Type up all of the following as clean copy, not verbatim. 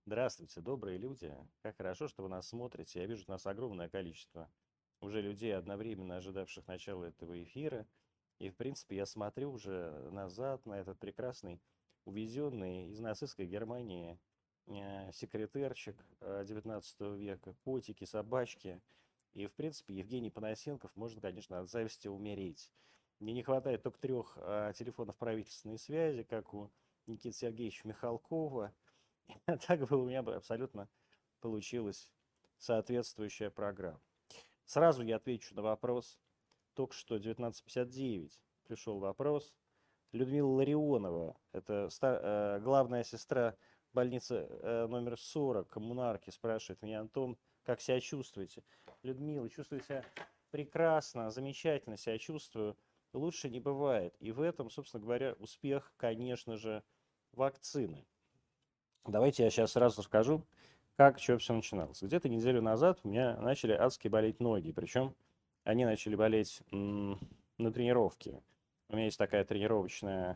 Здравствуйте, добрые люди. Как хорошо, что вы нас смотрите. Я вижу, нас огромное количество уже людей, одновременно ожидавших начала этого эфира. И, в принципе, я смотрю уже назад на этот прекрасный, увезенный из нацистской Германии секретарчик 19 века, котики, собачки. И, в принципе, Евгений Панасенков может, конечно, от зависти умереть. Мне не хватает только трех телефонов правительственной связи, как у Никиты Сергеевича Михалкова. Так бы у меня бы абсолютно получилась соответствующая программа. Сразу я отвечу на вопрос. Только что 19:59 пришел вопрос. Людмила Ларионова, это главная сестра больницы номер 40, коммунарки, спрашивает меня: Антон, как себя чувствуете? Людмила, чувствую себя прекрасно, замечательно себя чувствую. Лучше не бывает. И в этом, собственно говоря, успех, конечно же, вакцины. Давайте я сейчас сразу скажу, как, что все начиналось. Где-то неделю назад у меня начали адски болеть ноги. Причем они начали болеть на тренировке. У меня есть такая тренировочная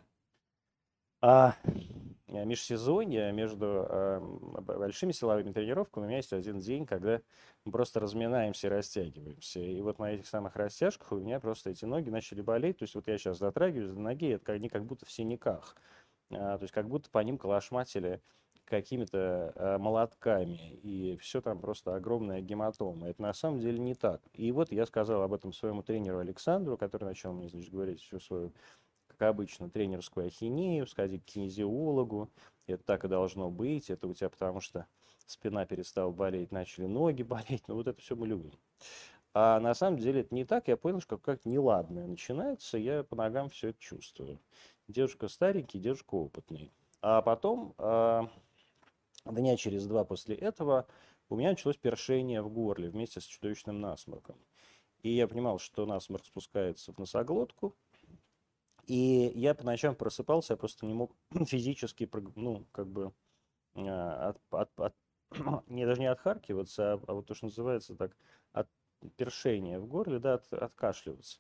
а, межсезонье между большими силовыми тренировками. У меня есть один день, когда мы просто разминаемся и растягиваемся. И вот на этих самых растяжках у меня просто эти ноги начали болеть. То есть вот я сейчас дотрагиваюсь до ноги, это они как будто в синяках. То есть как будто по ним калашматили какими-то молотками, и все там просто огромная гематома. Это на самом деле не так. И вот я сказал об этом своему тренеру Александру, который начал мне, значит, говорить всю свою, как обычно, тренерскую ахинею, сходи к кинезиологу, это так и должно быть, это у тебя потому что спина перестала болеть, начали ноги болеть, ну вот это все мы любим. А на самом деле это не так, я понял, что как-то неладное начинается, я по ногам все это чувствую. Дедушка старенький, дедушка опытный. А потом дня через два после этого у меня началось першение в горле вместе с чудовищным насморком. И я понимал, что насморк спускается в носоглотку. И я по ночам просыпался, я просто не мог физически, ну, как бы, не, даже не отхаркиваться, а вот то, что называется так, от першения в горле, да, откашливаться.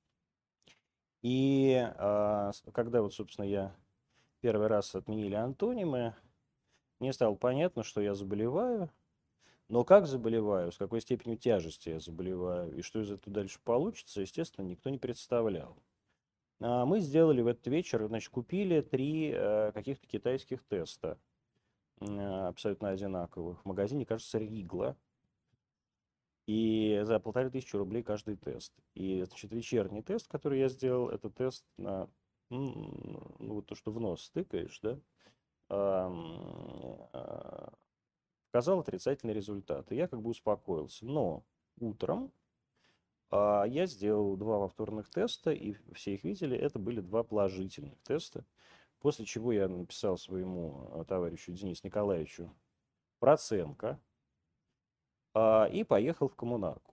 И когда вот, собственно, я первый раз отменили антонимы, мне стало понятно, что я заболеваю. Но как заболеваю, с какой степенью тяжести я заболеваю и что из этого дальше получится, естественно, никто не представлял. Мы сделали в этот вечер, значит, купили три каких-то китайских теста, абсолютно одинаковых. В магазине, кажется, Ригла. И за 1500 рублей каждый тест. И, значит, вечерний тест, который я сделал, это тест на, ну, вот то, что в нос стыкаешь, да, показал отрицательный результат. И я как бы успокоился. Но утром я сделал два повторных теста, и все их видели. Это были два положительных теста. После чего я написал своему товарищу Денису Николаевичу Проценко и поехал в коммунарку.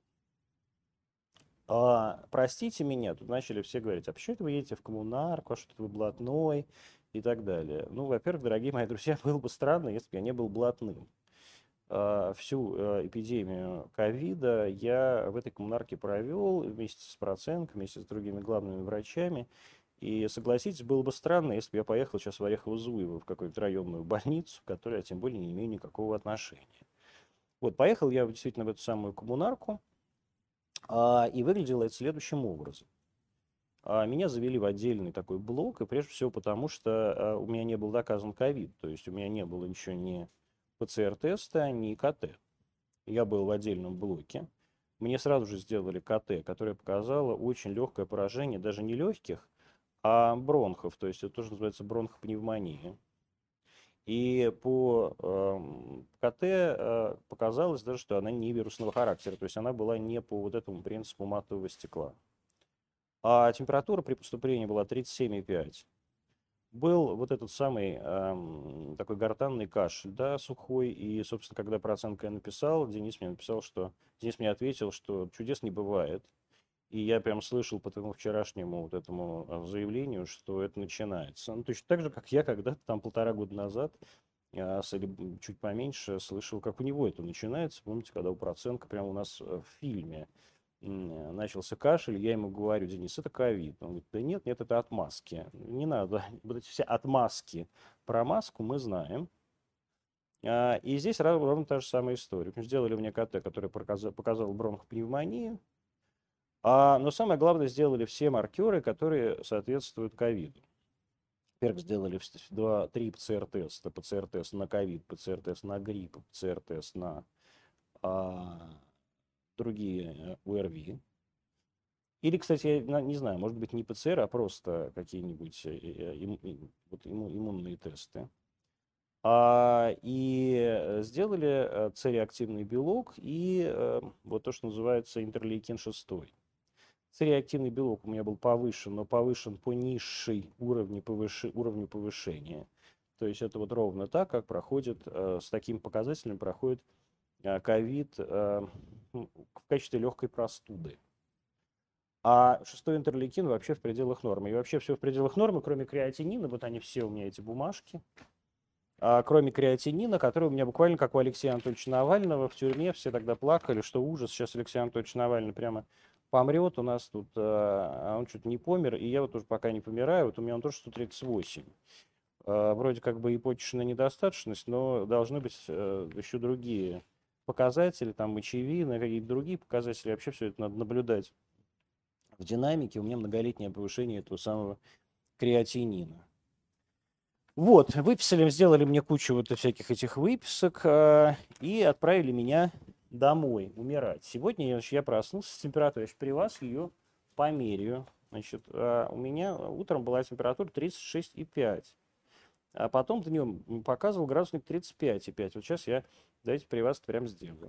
Простите меня, тут начали все говорить: а почему это вы едете в коммунарку, а что вы блатной и так далее. Ну, во-первых, дорогие мои друзья, было бы странно, если бы я не был блатным. Всю эпидемию ковида я в этой коммунарке провел вместе с Проценко, вместе с другими главными врачами. И согласитесь, было бы странно, если бы я поехал сейчас в Орехово-Зуево в какую-нибудь районную больницу, к которой я тем более не имею никакого отношения. Вот, поехал я действительно в эту самую коммунарку, и выглядело это следующим образом. Меня завели в отдельный такой блок, и прежде всего потому, что у меня не был доказан ковид, то есть у меня не было еще ни ПЦР-теста, ни КТ. Я был в отдельном блоке. Мне сразу же сделали КТ, которое показало очень легкое поражение, даже не легких, а бронхов, то есть это тоже называется бронхопневмония. И по КТ показалось даже, что она не вирусного характера, то есть она была не по вот этому принципу матового стекла. А температура при поступлении была 37,5. Был вот этот самый такой гортанный кашель, да, сухой. И, собственно, когда Проценко я написал, Денис мне ответил, что чудес не бывает. И я прям слышал по твоему вчерашнему вот этому заявлению, что это начинается. Ну, точно так же, как я когда-то там 1,5 года назад, или чуть поменьше, слышал, как у него это начинается. Помните, когда у Проценко прямо у нас в фильме начался кашель, я ему говорю: Денис, это ковид. Он говорит: да нет, нет, это отмазки. Не надо, вот эти все отмазки. Про маску мы знаем. И здесь ровно та же самая история. Сделали мне КТ, который показал бронхопневмонию. Но самое главное, сделали все маркеры, которые соответствуют ковиду. Во-первых, сделали 3 ПЦР-теста. ПЦР-тест на ковид, ПЦР-тест на грипп, ПЦР-тест на другие ОРВИ. Или, кстати, я не знаю, может быть, не ПЦР, а просто какие-нибудь иммунные тесты. И сделали С-реактивный белок и вот то, что называется интерлейкин-6. С-реактивный белок у меня был повышен, но повышен по низшей уровню повышения. То есть это вот ровно так, как проходит, с таким показателем проходит ковид в качестве легкой простуды. А 6-й интерлейкин вообще в пределах нормы. И вообще все в пределах нормы, кроме креатинина. Вот они все у меня, эти бумажки. Кроме креатинина, который у меня буквально как у Алексея Анатольевича Навального в тюрьме. Все тогда плакали, что ужас. Сейчас Алексей Анатольевич Навальный прямо помрет. У нас тут, он что-то не помер. И я вот уже пока не помираю. Вот у меня он тоже 138. Вроде как бы и почечная недостаточность, но должны быть еще другие показатели, там мочевина, какие-то другие показатели. Вообще все это надо наблюдать в динамике. У меня многолетнее повышение этого самого креатинина. Вот, выписали, сделали мне кучу вот всяких этих выписок и отправили меня домой умирать. Сегодня я проснулся с температурой, я при вас ее померяю. Значит, у меня утром была температура 36,5, а потом днем показывал градусник 35,5. Вот сейчас я, давайте при вас прям сделаю.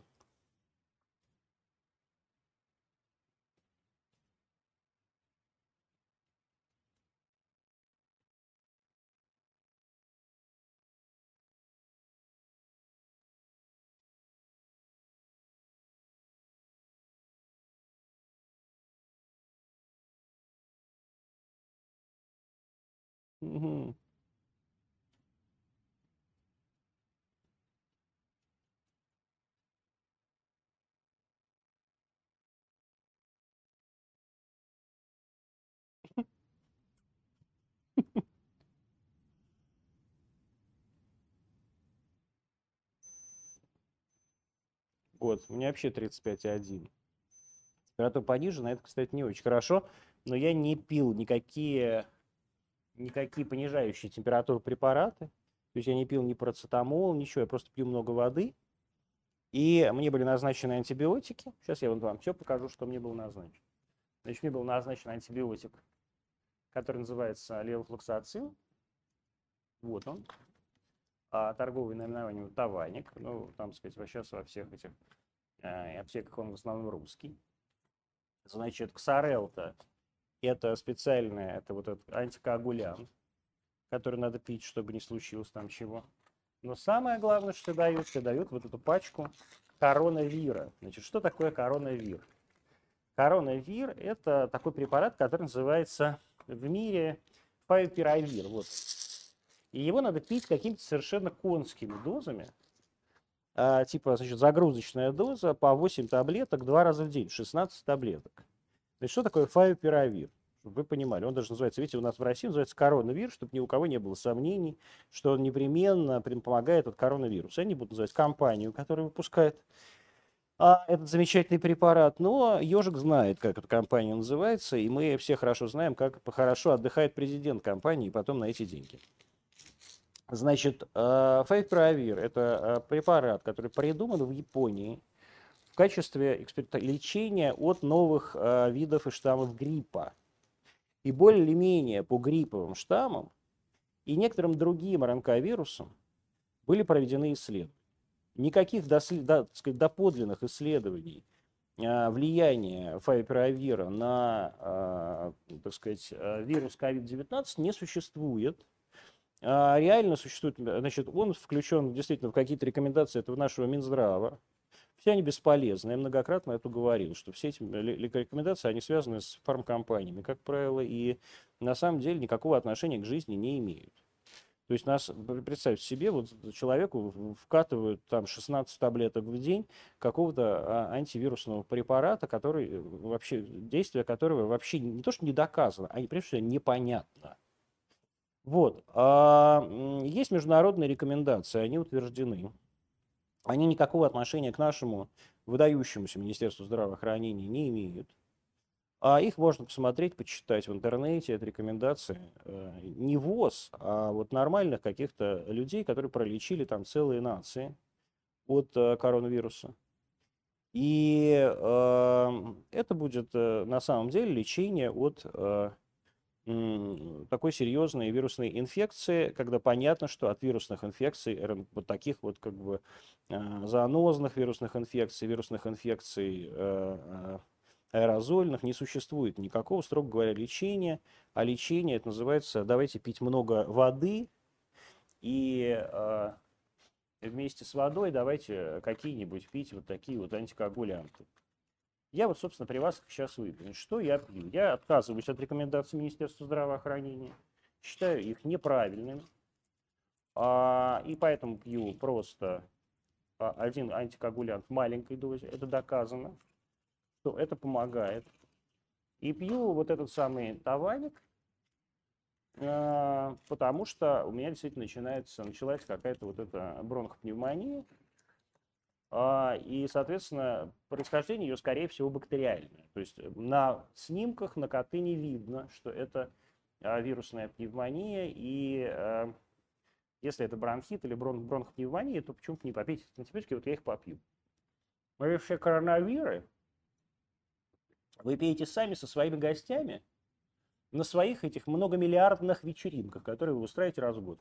Угу. Вот, у меня вообще 35,1. Температура понижена, это, кстати, не очень хорошо, но я не пил никакие понижающие температуру препараты. То есть я не пил ни парацетамол, ничего, я просто пью много воды. И мне были назначены антибиотики. Сейчас я вам все покажу, что мне было назначено. Значит, мне был назначен антибиотик, который называется левофлоксацин. Вот он. Торговое наименование Таваник. Ну, там, сказать, сейчас во всех этих аптеках он в основном русский. Значит, Ксарелта это специальное, это вот этот антикоагулянт, который надо пить, чтобы не случилось там чего. Но самое главное, что дают вот эту пачку коронавира. Значит, что такое коронавир? Коронавир – это такой препарат, который называется в мире фавипиравир. Вот. И его надо пить какими-то совершенно конскими дозами. Типа, значит, загрузочная доза по 8 таблеток 2 раза в день, 16 таблеток. Значит, что такое фавипиравир? Чтобы вы понимали, он даже называется, видите, у нас в России называется коронавирус, чтобы ни у кого не было сомнений, что он непременно помогает от коронавируса. Они будут называть компанию, которая выпускает этот замечательный препарат. Но ежик знает, как эта компания называется, и мы все хорошо знаем, как хорошо отдыхает президент компании потом на эти деньги. Значит, фавипиравир – это препарат, который придуман в Японии в качестве лечения от новых видов и штаммов гриппа. И более-менее по грипповым штаммам и некоторым другим РНК-вирусам были проведены исследования. Никаких доподлинных исследований влияния фавипиравира на, так сказать, вирус COVID-19 не существует. Реально существует, значит, он включен действительно в какие-то рекомендации этого нашего Минздрава. Все они бесполезны. Я многократно это говорил, что все эти рекомендации, они связаны с фармкомпаниями, как правило, и на самом деле никакого отношения к жизни не имеют. То есть представьте себе, вот человеку вкатывают там 16 таблеток в день какого-то антивирусного препарата, который вообще, действие которого вообще не то, что не доказано, а прежде всего непонятно. Вот. Есть международные рекомендации, они утверждены. они никакого отношения к нашему выдающемуся Министерству здравоохранения не имеют. А их можно посмотреть, почитать в интернете, это рекомендации не ВОЗ, а вот нормальных каких-то людей, которые пролечили там целые нации от коронавируса. И это будет на самом деле лечение от такой серьезной вирусной инфекции, когда понятно, что от вирусных инфекций, вот таких вот как бы зоонозных вирусных инфекций, аэрозольных, не существует никакого, строго говоря, лечения. А лечение это называется, давайте пить много воды и вместе с водой давайте какие-нибудь пить вот такие вот антикоагулянты. Я вот, собственно, при вас сейчас выпью. Что я пью? Я отказываюсь от рекомендаций Министерства здравоохранения, считаю их неправильными, и поэтому пью просто один антикоагулянт в маленькой дозе. Это доказано, что это помогает. И пью вот этот самый Тованик, потому что у меня действительно началась какая-то вот эта бронхопневмония. И, соответственно, происхождение ее, скорее всего, бактериальное. То есть на снимках на КТ не видно, что это вирусная пневмония. И если это бронхит или бронхопневмония, то почему-то не попить антибиотики, вот я их попью. Вы все коронавиры вы пьете сами со своими гостями на своих этих многомиллиардных вечеринках, которые вы устраиваете раз в год.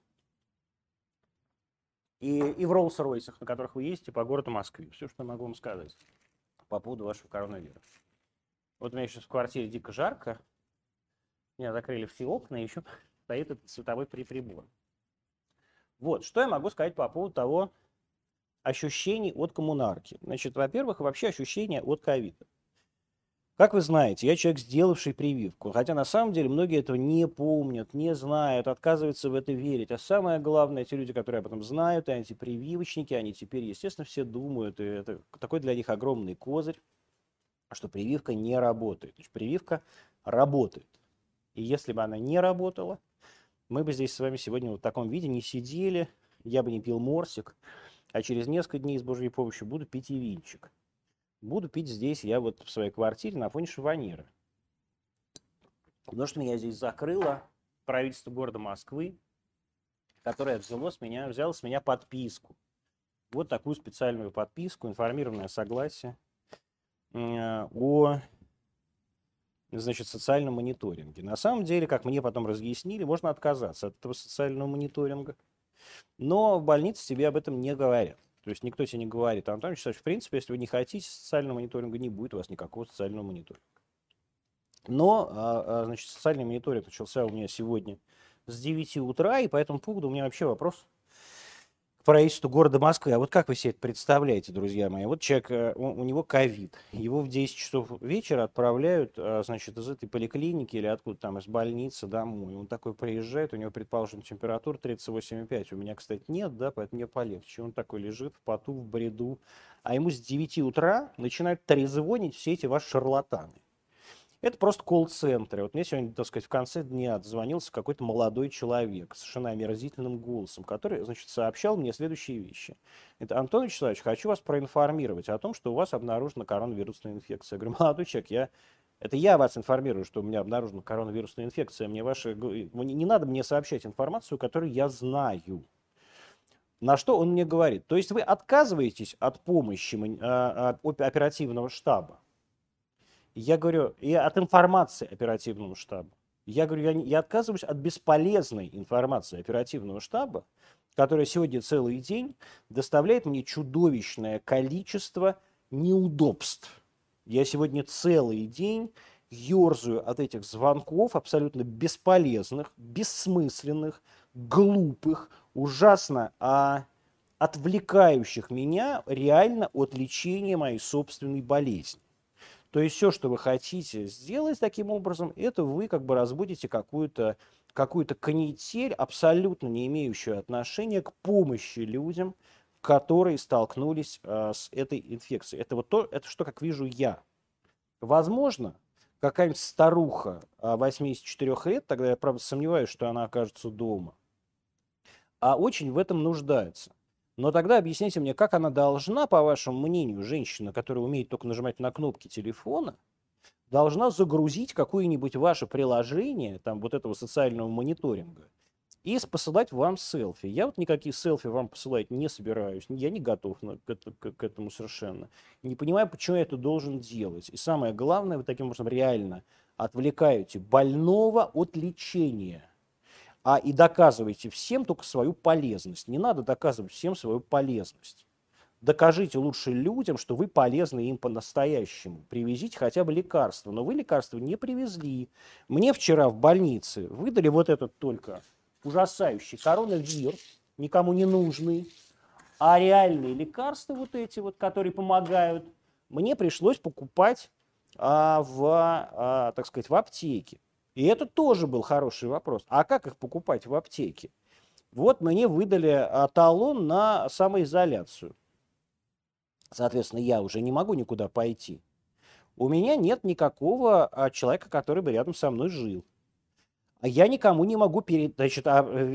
И в Роллс-Ройсах, на которых вы ездите по городу Москве. Все, что я могу вам сказать по поводу вашего коронавируса. Вот у меня сейчас в квартире дико жарко. Меня закрыли все окна, и еще стоит этот световой прибор. Вот, что я могу сказать по поводу того ощущений от коммунарки. Значит, во-первых, вообще ощущения от ковида. Как вы знаете, я человек, сделавший прививку, хотя на самом деле многие этого не помнят, не знают, отказываются в это верить. А самое главное, те люди, которые об этом знают, и антипрививочники, они теперь, естественно, все думают, и это такой для них огромный козырь, что прививка не работает. Значит, прививка работает. И если бы она не работала, мы бы здесь с вами сегодня вот в таком виде не сидели, я бы не пил морсик, а через несколько дней с Божьей помощью буду пить и винчик. Буду пить здесь, я вот в своей квартире на фоне шифоньера. Потому что меня здесь закрыло правительство города Москвы, которое взяло с меня подписку. Вот такую специальную подписку, информированное согласие о, значит, социальном мониторинге. На самом деле, как мне потом разъяснили, можно отказаться от этого социального мониторинга, но в больнице тебе об этом не говорят. То есть никто тебе не говорит, Антон Вячеславович, в принципе, если вы не хотите социального мониторинга, не будет у вас никакого социального мониторинга. Но, значит, социальный мониторинг начался у меня сегодня с 9 утра, и по этому поводу у меня вообще вопрос к правительству города Москвы. А вот как вы себе это представляете, друзья мои? Вот человек, у него ковид, его в 10 часов вечера отправляют, значит, из этой поликлиники или откуда там, из больницы домой. Он такой приезжает, у него, предположим, температура 38,5. У меня, кстати, нет, да, поэтому мне полегче. Он такой лежит в поту, в бреду. А ему с 9 утра начинают трезвонить все эти ваши шарлатаны. Это просто колл-центры. Вот мне сегодня, так сказать, в конце дня дозвонился какой-то молодой человек с совершенно омерзительным голосом, который, значит, сообщал мне следующие вещи. Это: Антон Вячеславович, хочу вас проинформировать о том, что у вас обнаружена коронавирусная инфекция. Я говорю: молодой человек, это я вас информирую, что у меня обнаружена коронавирусная инфекция. Не надо мне сообщать информацию, которую я знаю. На что он мне говорит: то есть вы отказываетесь от помощи оперативного штаба? Я говорю, и от информации оперативного штаба. Я говорю, я отказываюсь от бесполезной информации оперативного штаба, которая сегодня целый день доставляет мне чудовищное количество неудобств. Я сегодня целый день ерзаю от этих звонков абсолютно бесполезных, бессмысленных, глупых, ужасно отвлекающих меня реально от лечения моей собственной болезни. То есть все, что вы хотите сделать таким образом, это вы как бы разбудите какую-то канитель, абсолютно не имеющую отношения к помощи людям, которые столкнулись с этой инфекцией. Это вот это что, как вижу я. Возможно, какая-нибудь старуха 84 лет, тогда я, правда, сомневаюсь, что она окажется дома, а очень в этом нуждается. Но тогда объясните мне, как она должна, по вашему мнению, женщина, которая умеет только нажимать на кнопки телефона, должна загрузить какое-нибудь ваше приложение, там, вот этого социального мониторинга, и посылать вам селфи. Я вот никакие селфи вам посылать не собираюсь, я не готов к этому совершенно. Не понимаю, почему я это должен делать. И самое главное, вы таким образом реально отвлекаете больного от лечения, и доказываете всем только свою полезность. Не надо доказывать всем свою полезность. Докажите лучше людям, что вы полезны им по-настоящему. Привезите хотя бы лекарства. Но вы лекарства не привезли. Мне вчера в больнице выдали вот этот только ужасающий коронавирус, никому не нужный, а реальные лекарства вот эти вот, которые помогают, мне пришлось покупать так сказать, в аптеке. И это тоже был хороший вопрос. А как их покупать в аптеке? Вот мне выдали талон на самоизоляцию. Соответственно, я уже не могу никуда пойти. У меня нет никакого человека, который бы рядом со мной жил. А я никому не могу передать, значит,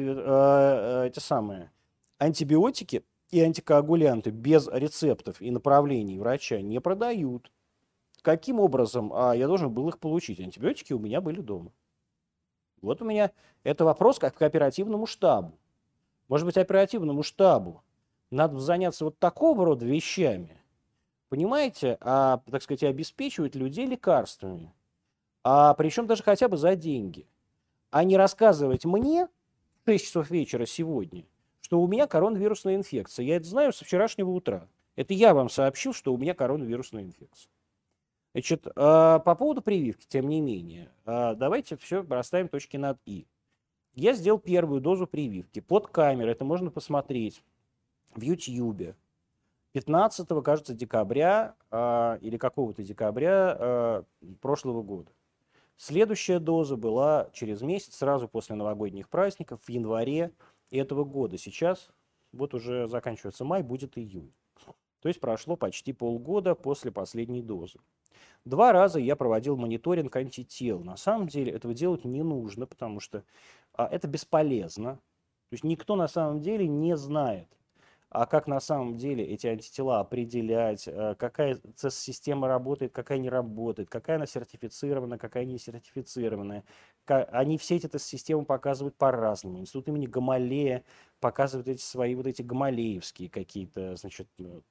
эти самые антибиотики и антикоагулянты без рецептов и направлений врача не продают. Каким образом я должен был их получить? Антибиотики у меня были дома. Вот у меня это вопрос как к оперативному штабу. Может быть, оперативному штабу надо заняться вот такого рода вещами, понимаете, так сказать, обеспечивать людей лекарствами, причем даже хотя бы за деньги, а не рассказывать мне в 6 часов вечера сегодня, что у меня коронавирусная инфекция. Я это знаю со вчерашнего утра. Это я вам сообщил, что у меня коронавирусная инфекция. Значит, по поводу прививки, тем не менее, давайте все расставим точки над «и». Я сделал первую дозу прививки под камерой, это можно посмотреть в Ютьюбе. 15, кажется, декабря или какого-то декабря прошлого года. Следующая доза была через месяц, сразу после новогодних праздников, в январе этого года. Сейчас вот уже заканчивается май, будет июнь. То есть прошло почти полгода после последней дозы. 2 раза я проводил мониторинг антител. На самом деле этого делать не нужно, потому что это бесполезно. То есть никто на самом деле не знает, как на самом деле эти антитела определять, какая система работает, какая не работает, какая она сертифицирована, какая не сертифицированная. Они все эти тест-системы показывают по-разному. Институт имени Гамалея показывает эти свои вот эти гамалеевские какие-то, значит,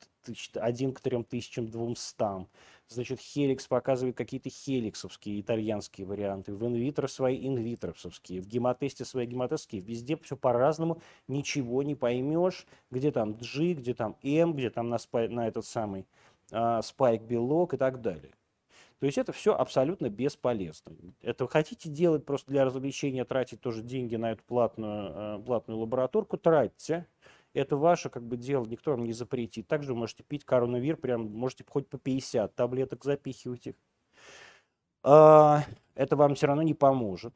1 к 3200. Значит, Хеликс показывает какие-то хеликсовские итальянские варианты, в инвитро свои инвитровсовские, в гемотесте свои гемотестские. Везде все по-разному, ничего не поймешь, где там G, где там M, где там на этот самый спайк белок и так далее. То есть это все абсолютно бесполезно. Это вы хотите делать просто для развлечения, тратить тоже деньги на эту платную лабораторку, тратьте. Это ваше как бы дело, никто вам не запретит. Также вы можете пить коронавир, прям можете хоть по 50 таблеток запихивать их. Это вам все равно не поможет.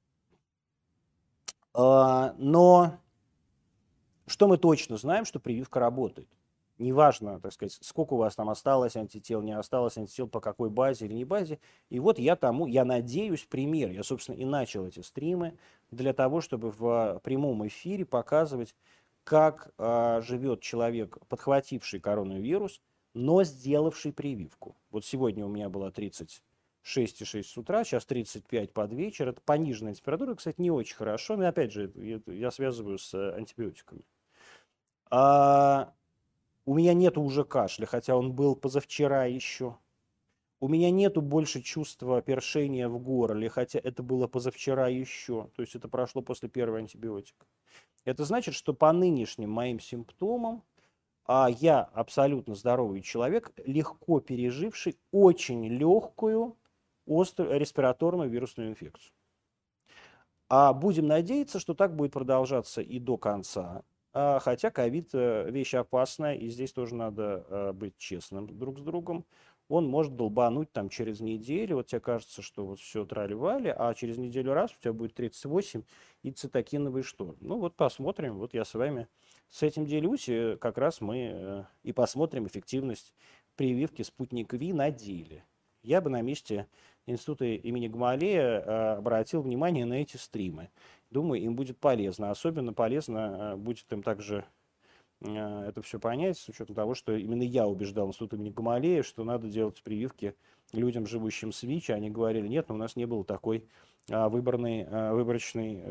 Но что мы точно знаем, что прививка работает. Неважно, так сказать, сколько у вас там осталось антител, не осталось антител, по какой базе или не базе. И вот я надеюсь, пример. Я, собственно, и начал эти стримы для того, чтобы в прямом эфире показывать, как живет человек, подхвативший коронавирус, но сделавший прививку. Вот сегодня у меня было 36,6 с утра, сейчас 35 под вечер. Это пониженная температура, кстати, не очень хорошо. Но опять же, я связываю с антибиотиками. У меня нету уже кашля, хотя он был позавчера еще. У меня нету больше чувства першения в горле, хотя это было позавчера еще. То есть это прошло после первого антибиотика. Это значит, что по нынешним моим симптомам я абсолютно здоровый человек, легко переживший очень легкую острую респираторную вирусную инфекцию. Будем надеяться, что так будет продолжаться и до конца. Хотя ковид вещь опасная, и здесь тоже надо быть честным друг с другом. Он может долбануть там через неделю, вот тебе кажется, что вот все трали-вали, а через неделю раз у тебя будет 38 и цитокиновый шторм. Ну вот посмотрим, вот я с вами с этим делюсь, и как раз мы и посмотрим эффективность прививки «Спутник Ви» на деле. Я бы на месте Института имени Гамалея обратил внимание на эти стримы. Думаю, им будет полезно. Особенно полезно будет им также это все понять, с учетом того, что именно я убеждал институт имени Гамалея, что надо делать прививки людям, живущим с ВИЧ, а они говорили, нет, но у нас не было такой выборочной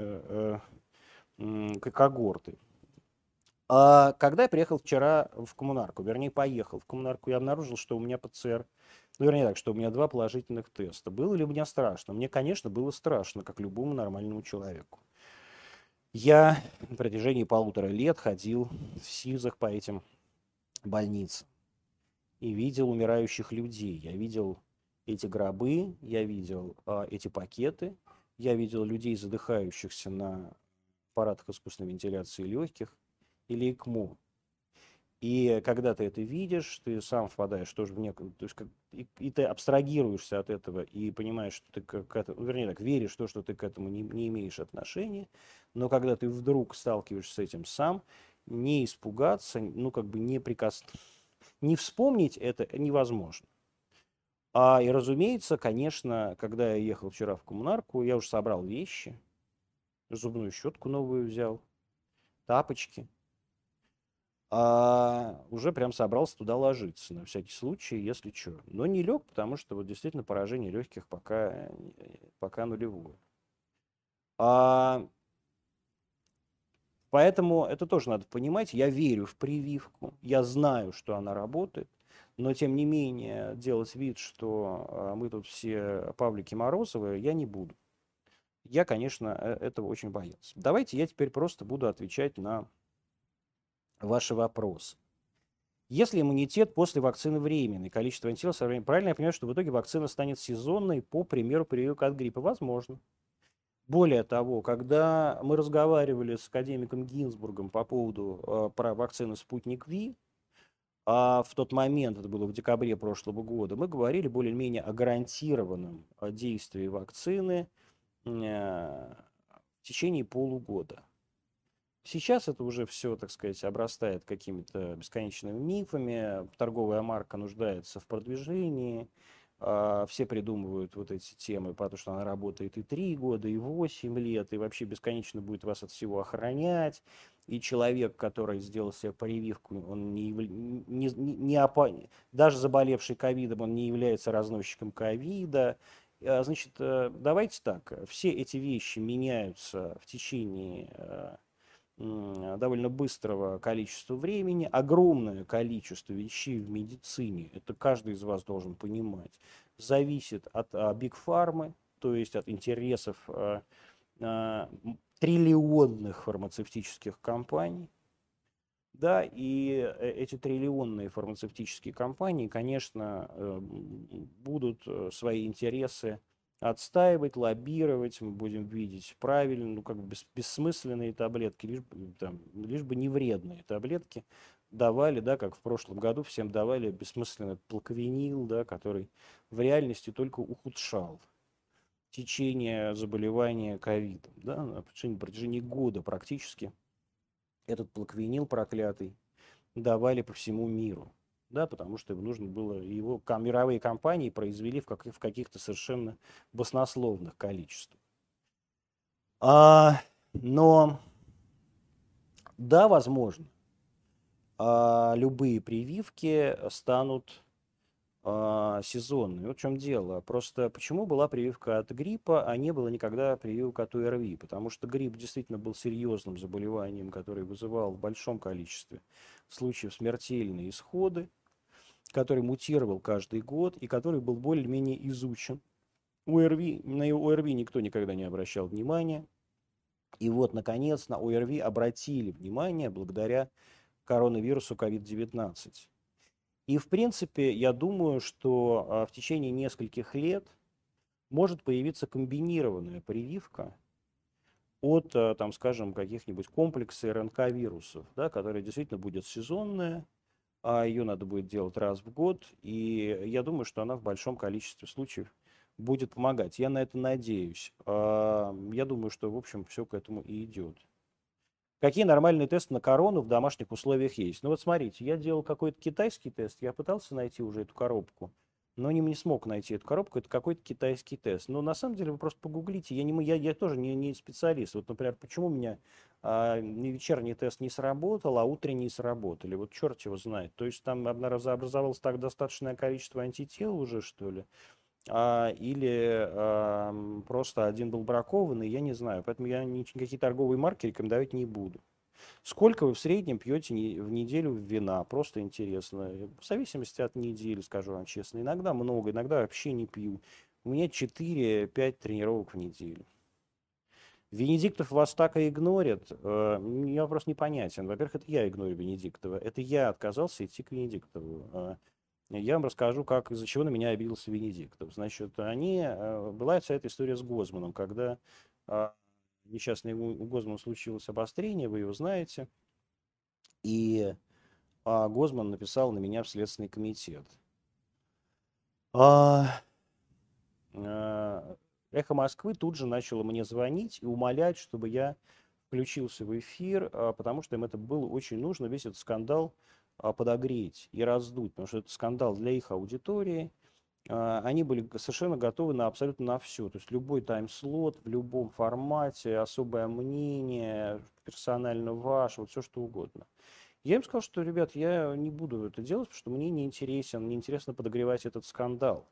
когорты. Когда я приехал вчера в коммунарку, вернее, поехал в коммунарку, я обнаружил, что у меня ПЦР, ну, вернее так, что у меня 2 положительных теста. Было ли мне страшно? Мне, конечно, было страшно, как любому нормальному человеку. Я на протяжении 1,5 лет ходил в СИЗах по этим больницам и видел умирающих людей. Я видел эти гробы, я видел эти пакеты, я видел людей, задыхающихся на аппаратах искусственной вентиляции легких или ЭКМО. И когда ты это видишь, ты сам впадаешь тоже в некую... То есть и ты абстрагируешься от этого и понимаешь, что ты к этому... Вернее так, веришь в то, что ты к этому не имеешь отношения. Но когда ты вдруг сталкиваешься с этим сам, не испугаться, ну как бы не вспомнить это невозможно. И разумеется, конечно, когда я ехал вчера в коммунарку, я уже собрал вещи, зубную щетку новую взял, тапочки. Уже прям собрался туда ложиться, на всякий случай, если что. Но не лег, потому что вот действительно поражение легких пока нулевое. Поэтому это тоже надо понимать. Я верю в прививку, я знаю, что она работает, но тем не менее делать вид, что мы тут все Павлики Морозовы, я не буду. Я, конечно, этого очень боялся. Давайте я теперь просто буду отвечать на ваши вопросы. Если иммунитет после вакцины временный, количество антител со временем, правильно я понимаю, что в итоге вакцина станет сезонной, по примеру, прививка от гриппа? Возможно. Более того, когда мы разговаривали с академиком Гинзбургом по поводу про вакцины «Спутник Ви», в тот момент, это было в декабре прошлого года, мы говорили более-менее о гарантированном действии вакцины в течение полугода. Сейчас это уже все, так сказать, обрастает какими-то бесконечными мифами, торговая марка нуждается в продвижении, все придумывают вот эти темы, потому что она работает и 3 года, и 8 лет, и вообще бесконечно будет вас от всего охранять, и человек, который сделал себе прививку, он даже заболевший ковидом, он не является разносчиком ковида. Значит, давайте так, все эти вещи меняются в течение довольно быстрого количества времени, огромное количество вещей в медицине, это каждый из вас должен понимать, зависит от Big Pharma, то есть от интересов триллионных фармацевтических компаний. Да, и эти триллионные фармацевтические компании, конечно, будут свои интересы отстаивать, лоббировать, мы будем видеть правильно, ну как бы бессмысленные таблетки, лишь бы не вредные таблетки давали, да, как в прошлом году всем давали бессмысленный плаквенил, да, который в реальности только ухудшал течение заболевания ковидом, да, на протяжении года практически этот плаквенил проклятый давали по всему миру. Да, потому что нужно было, его мировые компании произвели в каких-то совершенно баснословных количествах. Но, да, возможно, любые прививки станут сезонными. Вот в чем дело. Просто почему была прививка от гриппа, а не было никогда прививка от ОРВИ? Потому что грипп действительно был серьезным заболеванием, которое вызывал в большом количестве случаев смертельные исходы, который мутировал каждый год и который был более-менее изучен. На ОРВИ никто никогда не обращал внимания. И вот, наконец, на ОРВИ обратили внимание благодаря коронавирусу COVID-19. И, в принципе, я думаю, что в течение нескольких лет может появиться комбинированная прививка от, там, скажем, каких-нибудь комплексов РНК-вирусов, да, которая действительно будет сезонная, ее надо будет делать раз в год, и я думаю, что она в большом количестве случаев будет помогать. Я на это надеюсь. Я думаю, что, в общем, все к этому и идет. Какие нормальные тесты на корону в домашних условиях есть? Ну вот смотрите, я делал какой-то китайский тест, я пытался найти уже эту коробку. но не смог найти эту коробку. Это какой-то китайский тест. Но на самом деле вы просто погуглите. Я тоже не специалист. Вот, например, почему у меня вечерний тест не сработал, а утренний сработали. Вот черт его знает. То есть там образовалось так достаточное количество антител уже, что ли? Или просто один был бракованный, я не знаю. Поэтому я никакие торговые марки рекомендовать не буду. Сколько вы в среднем пьете в неделю вина? Просто интересно. В зависимости от недели, скажу вам честно. Иногда много, иногда вообще не пью. У меня 4-5 тренировок в неделю. Венедиктов вас так и игнорят. Мне вопрос непонятен. Во-первых, это я игнорю Венедиктова. Это я отказался идти к Венедиктову. Я вам расскажу, из-за чего на меня обиделся Венедиктов. Значит, была вся эта история с Гозманом, когда несчастный у Гозмана случилось обострение, вы его знаете, и Гозман написал на меня в Следственный комитет. Эхо Москвы тут же начало мне звонить и умолять, чтобы я включился в эфир, потому что им это было очень нужно, весь этот скандал подогреть и раздуть, потому что это скандал для их аудитории. Они были совершенно готовы абсолютно на все. То есть любой тайм-слот, в любом формате, особое мнение, персонально ваш, вот все что угодно. Я им сказал, что, ребят, я не буду это делать, потому что мне не интересно подогревать этот скандал.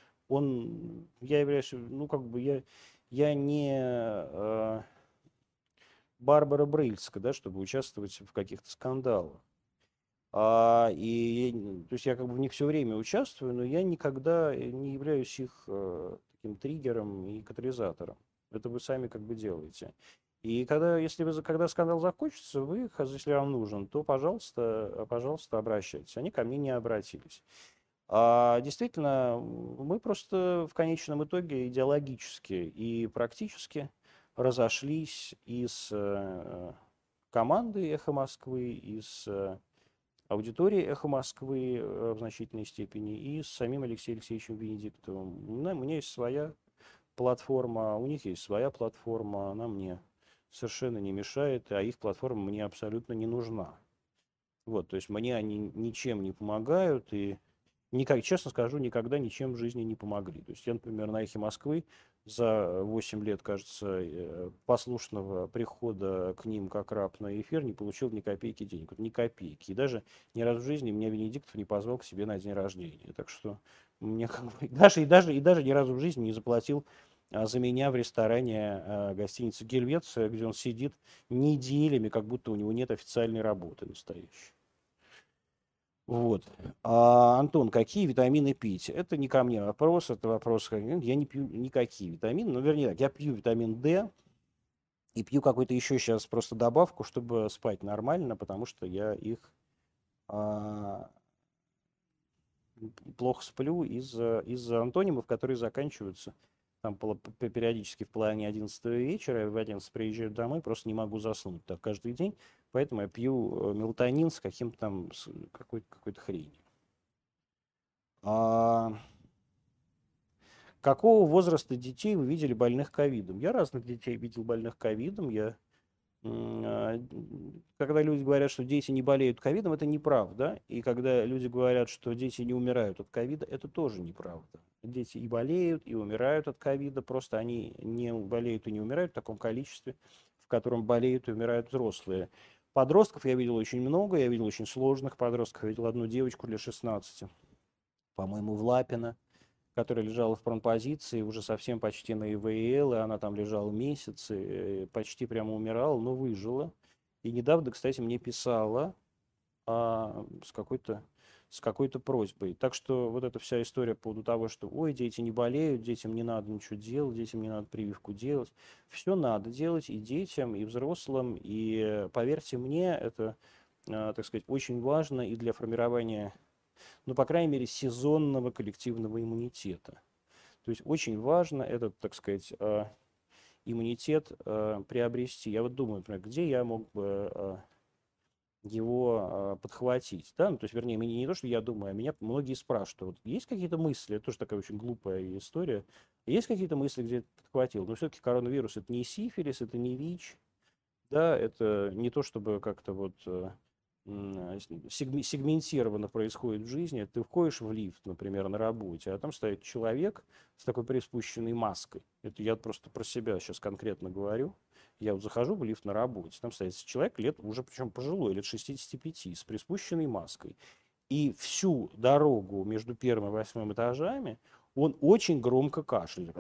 Я являюсь, я не Барбара Брыльска, да, чтобы участвовать в каких-то скандалах. То есть я в них все время участвую, но я никогда не являюсь их таким триггером и катализатором. Это вы сами делаете. И когда скандал закончится, если вам нужен, то, пожалуйста, обращайтесь. Они ко мне не обратились. Действительно, мы просто в конечном итоге идеологически и практически разошлись из команды «Эхо Москвы», из аудитории «Эхо Москвы» в значительной степени и с самим Алексеем Алексеевичем Венедиктовым. У меня есть своя платформа, у них есть своя платформа, она мне совершенно не мешает, а их платформа мне абсолютно не нужна. Вот, то есть мне они ничем не помогают, и честно скажу, никогда ничем в жизни не помогли. То есть я, например, на «Эхе Москвы» за 8 лет, кажется, послушного прихода к ним как раб на эфир не получил ни копейки денег. Ни копейки. И даже ни разу в жизни меня Венедиктов не позвал к себе на день рождения. Так что мне даже ни разу в жизни не заплатил за меня в ресторане гостиницы «Гельвеция», где он сидит неделями, как будто у него нет официальной работы настоящей. Вот. Антон, какие витамины пить? Это не ко мне вопрос, это вопрос, я не пью никакие витамины, вернее так, я пью витамин D и пью какой-то еще сейчас просто добавку, чтобы спать нормально, потому что я их плохо сплю из-за антонимов, которые заканчиваются там периодически в половине 11 вечера, я в 11 приезжаю домой, просто не могу заснуть так каждый день, поэтому я пью мелатонин с каким-то там, какой-то хренью. Какого возраста детей вы видели больных ковидом? Я разных детей видел больных ковидом. Когда люди говорят, что дети не болеют ковидом, это неправда. И когда люди говорят, что дети не умирают от ковида, это тоже неправда. Дети и болеют, и умирают от ковида, просто они не болеют и не умирают в таком количестве, в котором болеют и умирают взрослые. Подростков я видел очень много, я видел очень сложных подростков. Я видел одну девочку лет 16, по-моему, в Лапино, которая лежала в промпозиции, уже совсем почти на ИВЛ, и она там лежала месяцы, почти прямо умирала, но выжила. И недавно, кстати, мне писала с какой-то просьбой. Так что вот эта вся история по поводу того, что ой, дети не болеют, детям не надо ничего делать, детям не надо прививку делать. Все надо делать и детям, и взрослым. И поверьте мне, это, так сказать, очень важно и для формирования, по крайней мере, сезонного коллективного иммунитета. То есть очень важно этот, так сказать, иммунитет приобрести. Я вот думаю, например, где я мог бы его подхватить. Да? То есть, вернее, не то, что я думаю, а меня многие спрашивают, вот есть какие-то мысли, это тоже такая очень глупая история, есть какие-то мысли, где ты подхватил, но все-таки коронавирус это не сифилис, это не ВИЧ, да, это не то, чтобы как-то сегментированно происходит в жизни. Ты входишь в лифт, например, на работе, а там стоит человек с такой приспущенной маской. Это я просто про себя сейчас конкретно говорю. Я вот захожу в лифт на работе, там стоит человек лет, уже причем пожилой, лет 65, с приспущенной маской. И всю дорогу между первым и 8 этажами он очень громко кашляет.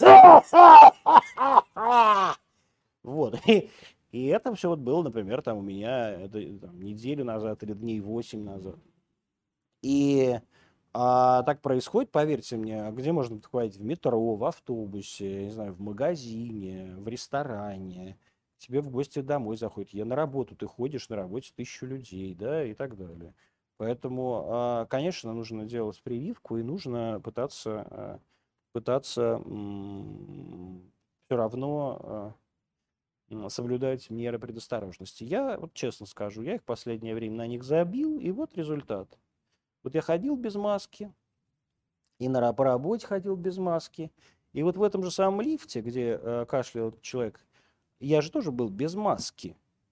Вот. И это все вот было, например, там у меня там, неделю назад или дней 8 назад. И так происходит, поверьте мне, где можно подхватить? В метро, в автобусе, я не знаю, в магазине, в ресторане. К тебе в гости домой заходят. Я на работу, ты ходишь, на работе 1000 людей, да, и так далее. Поэтому, конечно, нужно делать прививку и нужно пытаться все равно соблюдать меры предосторожности. Я, вот честно скажу, я их в последнее время на них забил, и вот результат. Вот я ходил без маски, и по работе ходил без маски, и вот в этом же самом лифте, где кашлял человек, я же тоже был без маски.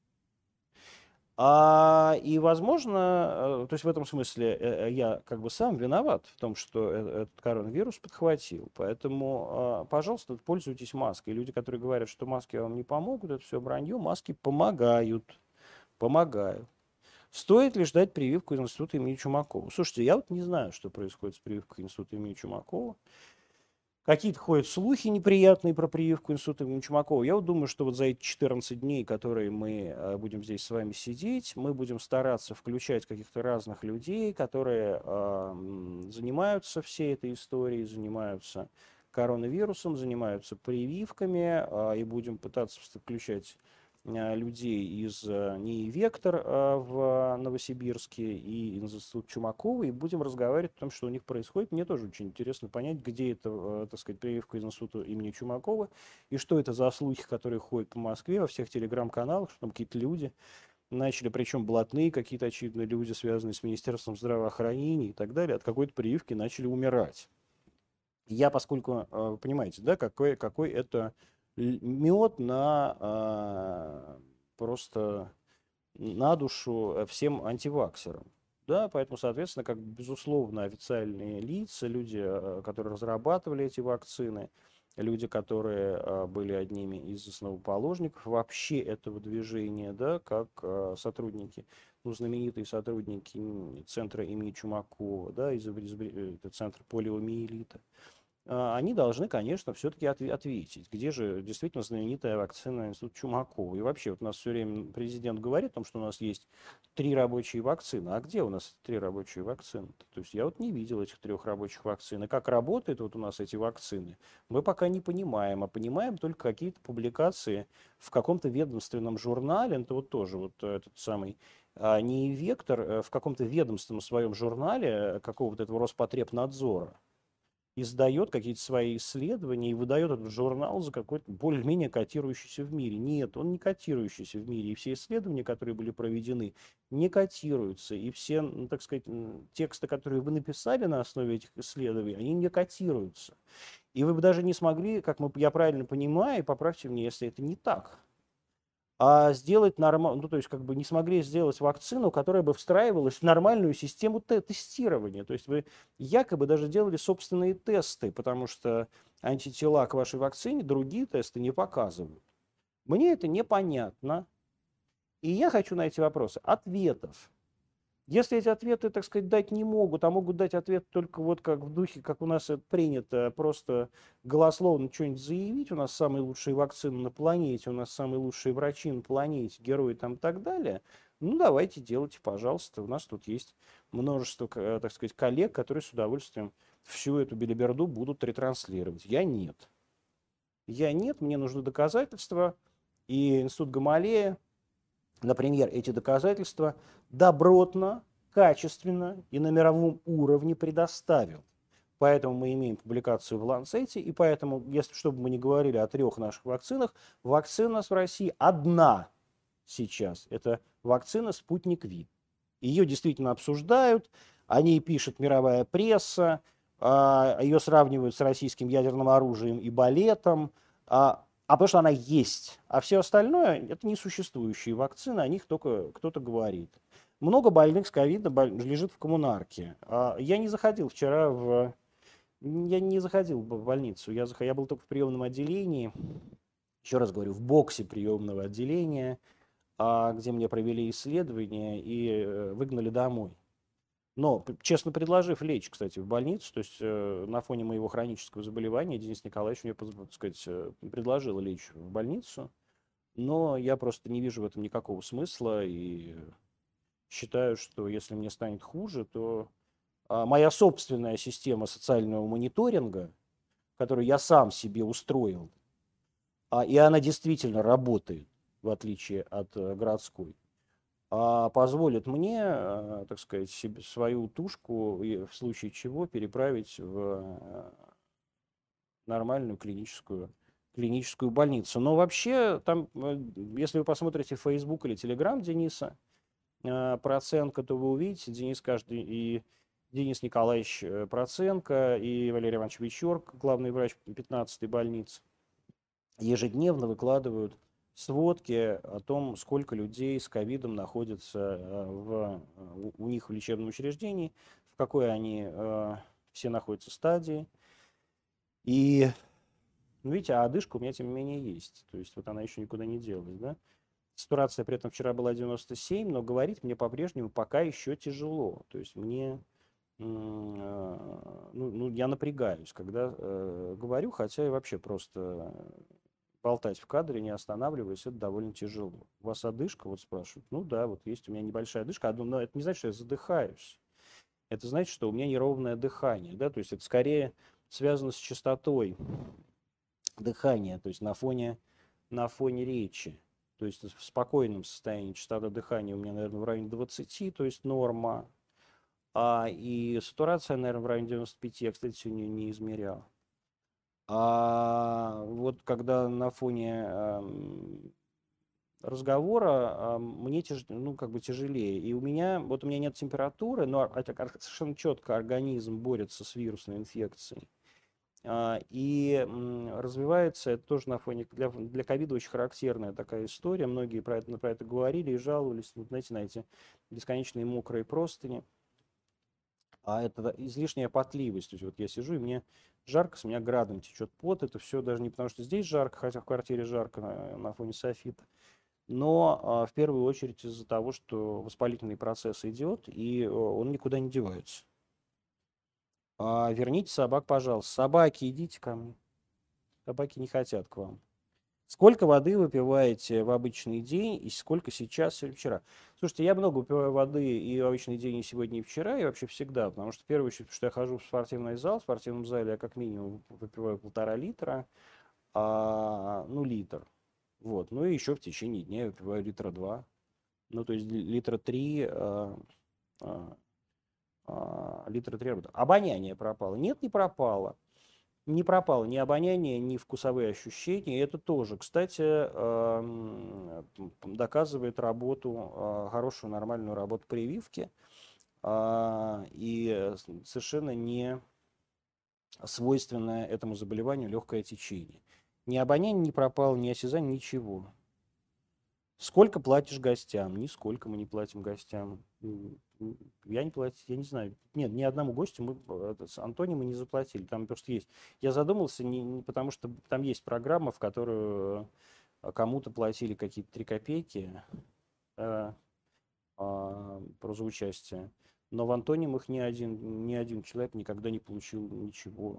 И, возможно, то есть в этом смысле я как бы сам виноват в том, что этот коронавирус подхватил. Поэтому, пожалуйста, пользуйтесь маской. Люди, которые говорят, что маски вам не помогут, это все вранье. Маски помогают. Помогают. Стоит ли ждать прививку из института имени Чумакова? Слушайте, я вот не знаю, что происходит с прививкой института имени Чумакова. Какие-то ходят слухи неприятные про прививку института имени Чумакова. Я вот думаю, что вот за эти 14 дней, которые мы будем здесь с вами сидеть, мы будем стараться включать каких-то разных людей, которые занимаются всей этой историей, занимаются коронавирусом, занимаются прививками, и будем пытаться включать людей из НИИ «Вектор» в Новосибирске и Институт Чумакова, и будем разговаривать о том, что у них происходит. Мне тоже очень интересно понять, где это, так сказать, прививка из Института имени Чумакова, и что это за слухи, которые ходят по Москве во всех телеграм-каналах, что там какие-то люди начали, причем блатные какие-то, очевидно, люди, связанные с Министерством здравоохранения и так далее, от какой-то прививки начали умирать. Я, поскольку, понимаете, да, какой это мед просто на душу всем антиваксерам. Да, поэтому, соответственно, как безусловно, официальные лица, люди, которые разрабатывали эти вакцины, люди, которые были одними из основоположников вообще этого движения, да, как сотрудники, знаменитые сотрудники центра имени Чумакова, да, это центр полиомиелита, они должны, конечно, все-таки ответить, где же действительно знаменитая вакцина Института Чумакова. И вообще, вот у нас все время президент говорит о том, что у нас есть 3 рабочие вакцины. А где у нас 3 рабочие вакцины? То есть я вот не видел этих 3 рабочих вакцин. И как работают вот у нас эти вакцины, мы пока не понимаем. А понимаем только какие-то публикации в каком-то ведомственном журнале. Это вот тоже вот этот самый НИИ «Вектор» в каком-то ведомственном своем журнале какого-то этого Роспотребнадзора издает какие-то свои исследования и выдает этот журнал за какой-то более-менее котирующийся в мире. Нет, он не котирующийся в мире. И все исследования, которые были проведены, не котируются. И все, так сказать, тексты, которые вы написали на основе этих исследований, они не котируются. И вы бы даже не смогли, как я правильно понимаю, и поправьте меня, если это не так, сделать нормально, то есть как бы не смогли сделать вакцину, которая бы встраивалась в нормальную систему тестирования. То есть вы якобы даже делали собственные тесты, потому что антитела к вашей вакцине другие тесты не показывают. Мне это непонятно. И я хочу на эти вопросы ответов. Если эти ответы, так сказать, дать не могут, а могут дать ответ только вот как в духе, как у нас это принято, просто голословно что-нибудь заявить, у нас самые лучшие вакцины на планете, у нас самые лучшие врачи на планете, герои там и так далее, ну давайте делайте, пожалуйста. У нас тут есть множество, так сказать, коллег, которые с удовольствием всю эту белиберду будут ретранслировать. Я нет. Я нет, мне нужны доказательства, и Институт Гамалея, например, эти доказательства добротно, качественно и на мировом уровне предоставил. Поэтому мы имеем публикацию в Ланцете, и поэтому, если чтобы мы не говорили о 3 наших вакцинах, вакцина у нас в России одна сейчас. Это вакцина «Спутник Ви». Ее действительно обсуждают, о ней пишет мировая пресса, ее сравнивают с российским ядерным оружием и балетом, потому что она есть. А все остальное – это несуществующие вакцины, о них только кто-то говорит. много больных с ковидом лежит в коммунарке. Я не заходил вчера я не заходил в больницу. Я был только в приемном отделении. Еще раз говорю, в боксе приемного отделения, где мне провели исследование и выгнали домой. Но, честно предложив лечь, кстати, в больницу, то есть на фоне моего хронического заболевания, Денис Николаевич мне, так сказать, предложил лечь в больницу, но я просто не вижу в этом никакого смысла и считаю, что если мне станет хуже, то моя собственная система социального мониторинга, которую я сам себе устроил, и она действительно работает, в отличие от городской, позволит мне, так сказать, свою тушку в случае чего переправить в нормальную клиническую больницу. Но вообще, там, если вы посмотрите Facebook или Telegram Дениса Проценко, то вы увидите, Денис Николаевич Проценко и Валерий Иванович Вечерк, главный врач 15-й больницы, ежедневно выкладывают сводки о том, сколько людей с ковидом находится у них в лечебном учреждении, в какой они все находятся стадии. И, видите, одышка у меня, тем не менее, есть. То есть вот она еще никуда не делась, да? Сатурация при этом вчера была 97, но говорить мне по-прежнему пока еще тяжело. То есть мне, я напрягаюсь, когда говорю, хотя и вообще просто болтать в кадре, не останавливаясь, это довольно тяжело. У вас одышка, вот спрашивают. Ну да, вот есть у меня небольшая одышка, но это не значит, что я задыхаюсь. Это значит, что у меня неровное дыхание, да, то есть это скорее связано с частотой дыхания, то есть на фоне речи. То есть в спокойном состоянии частота дыхания у меня, наверное, в районе 20, то есть норма. И сатурация, наверное, в районе 95, я, кстати, сегодня не измерял. Вот когда на фоне разговора мне тяжелее. И у меня нет температуры, но совершенно четко организм борется с вирусной инфекцией. И развивается, это тоже на фоне, для ковида очень характерная такая история, многие про это говорили и жаловались, знаете, на эти бесконечные мокрые простыни. Это излишняя потливость, то есть вот я сижу, и мне жарко, с меня градом течет пот, это все даже не потому, что здесь жарко, хотя в квартире жарко на фоне софита, но в первую очередь из-за того, что воспалительный процесс идет, и он никуда не девается. Верните собак, пожалуйста. Собаки, идите ко мне. Собаки не хотят к вам. Сколько воды выпиваете в обычный день и сколько сейчас или вчера? Слушайте, я много выпиваю воды и в обычный день, и сегодня, и вчера, и вообще всегда, потому что, в первую очередь, потому что я хожу в спортивный зал, в спортивном зале я как минимум выпиваю 1,5 литра, литр. Вот. Ну и еще в течение дня я выпиваю 2 литра. Ну, то есть 3 литра, литра 3. Обоняние пропало? Нет, не пропало. Не пропало ни обоняние, ни вкусовые ощущения. И это тоже, кстати, доказывает хорошую, нормальную работу прививки. И совершенно не свойственное этому заболеванию легкое течение. Ни обоняние не пропало, ни осязание, ничего. Сколько платишь гостям? Нисколько мы не платим гостям. Я не платил, я не знаю. Нет, ни одному гостю с Антонием мы не заплатили. Там просто есть. Я задумался, не потому что там есть программа, в которую кому-то платили какие-то 3 копейки за участие. Но в Антонием их ни один человек никогда не получил ничего.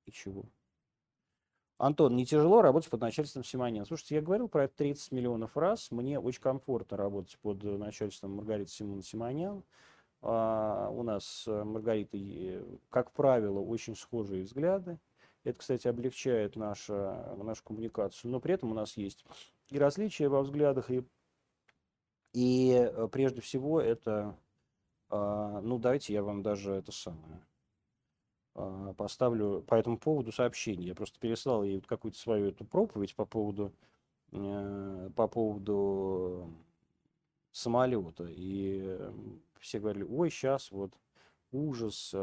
Антон, не тяжело работать под начальством Симонян? Слушайте, я говорил про это 30 миллионов раз. Мне очень комфортно работать под начальством Маргариты Симонян. У нас с Маргаритой, как правило, очень схожие взгляды. Это, кстати, облегчает нашу коммуникацию. Но при этом у нас есть и различия во взглядах, и прежде всего это... давайте я вам даже это самое... поставлю по этому поводу сообщение. Я просто переслал ей какую-то свою эту проповедь по поводу самолета. И все говорили, ой, сейчас вот ужас,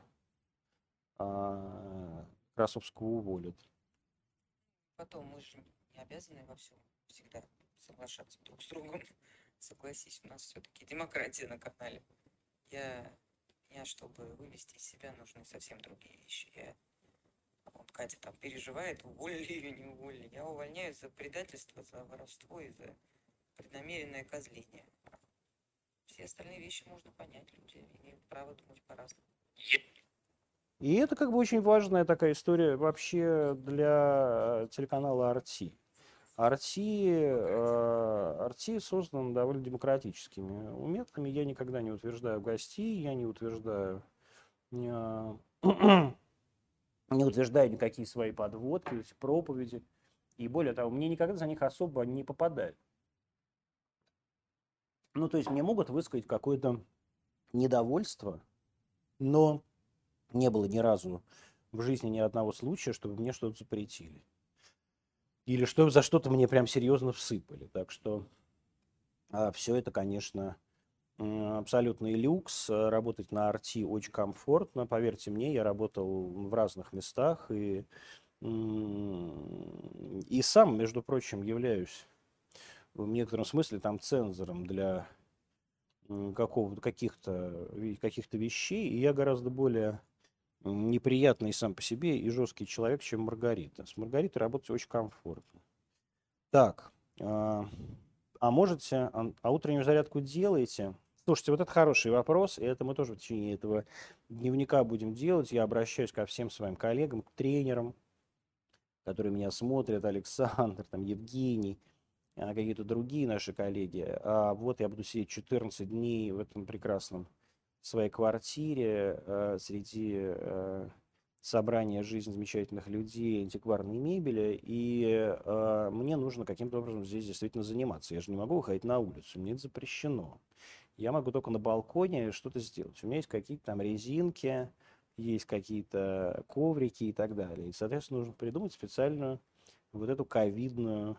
Красовского уволят. Потом мы же не обязаны во всем всегда соглашаться друг с другом. Согласись, у нас все-таки демократия на канале. Меня, чтобы вывести из себя, нужны совсем другие вещи. Вот Катя там переживает, уволили ее, не уволили. Я увольняюсь за предательство, за воровство и за преднамеренное козление. Все остальные вещи можно понять. Люди имеют право думать по-разному. И это как бы очень важная такая история вообще для телеканала RT. RT создан довольно демократическими методами. Я никогда не утверждаю гостей, я не утверждаю не утверждаю никакие свои подводки, проповеди. И более того, мне никогда за них особо не попадает. Ну, то есть мне могут высказать какое-то недовольство, но не было ни разу в жизни ни одного случая, чтобы мне что-то запретили. Или что за что-то мне прям серьезно всыпали. Так что все это, конечно, абсолютный люкс. Работать на RT очень комфортно. Поверьте мне, я работал в разных местах и сам, между прочим, являюсь в некотором смысле там цензором для каких-то вещей. И я гораздо более неприятный сам по себе и жесткий человек, чем Маргарита. С Маргаритой работать очень комфортно. Так, можете, утреннюю зарядку делаете? Слушайте, вот это хороший вопрос, и это мы тоже в течение этого дневника будем делать. Я обращаюсь ко всем своим коллегам, к тренерам, которые меня смотрят, Александр, там, Евгений, какие-то другие наши коллеги. Вот я буду сидеть 14 дней в этом прекрасном своей квартире среди собрания жизни замечательных людей, антикварной мебели, и мне нужно каким-то образом здесь действительно заниматься. Я же не могу выходить на улицу, мне это запрещено. Я могу только на балконе что-то сделать. У меня есть какие-то там резинки, есть какие-то коврики и так далее. И, соответственно, нужно придумать специальную вот эту ковидную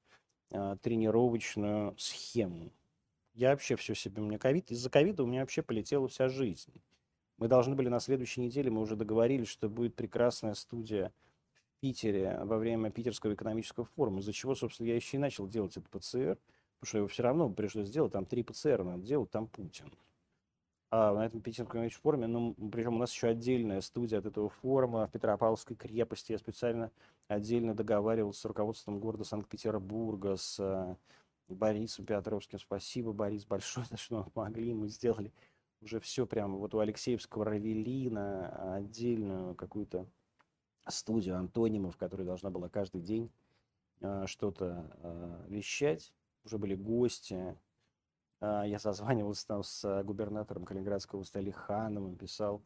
тренировочную схему. Я вообще все себе, у меня ковид, из-за ковида у меня вообще полетела вся жизнь. Мы должны были на следующей неделе, мы уже договорились, что будет прекрасная студия в Питере во время Питерского экономического форума, из-за чего, собственно, я еще и начал делать этот ПЦР, потому что его все равно пришлось сделать, там 3 ПЦР надо делать, там Путин. А на этом Питерском экономическом форуме, ну, причем у нас еще отдельная студия от этого форума в Петропавловской крепости, я специально отдельно договаривался с руководством города Санкт-Петербурга, с Борисом Петровским. Спасибо, Борис, большое, за что помогли. Мы сделали уже все прямо вот у Алексеевского Равелина отдельную какую-то студию антонимов, которая должна была каждый день что-то вещать. Уже были гости. Я созванивался там с губернатором Калининградской области Алихановым, писал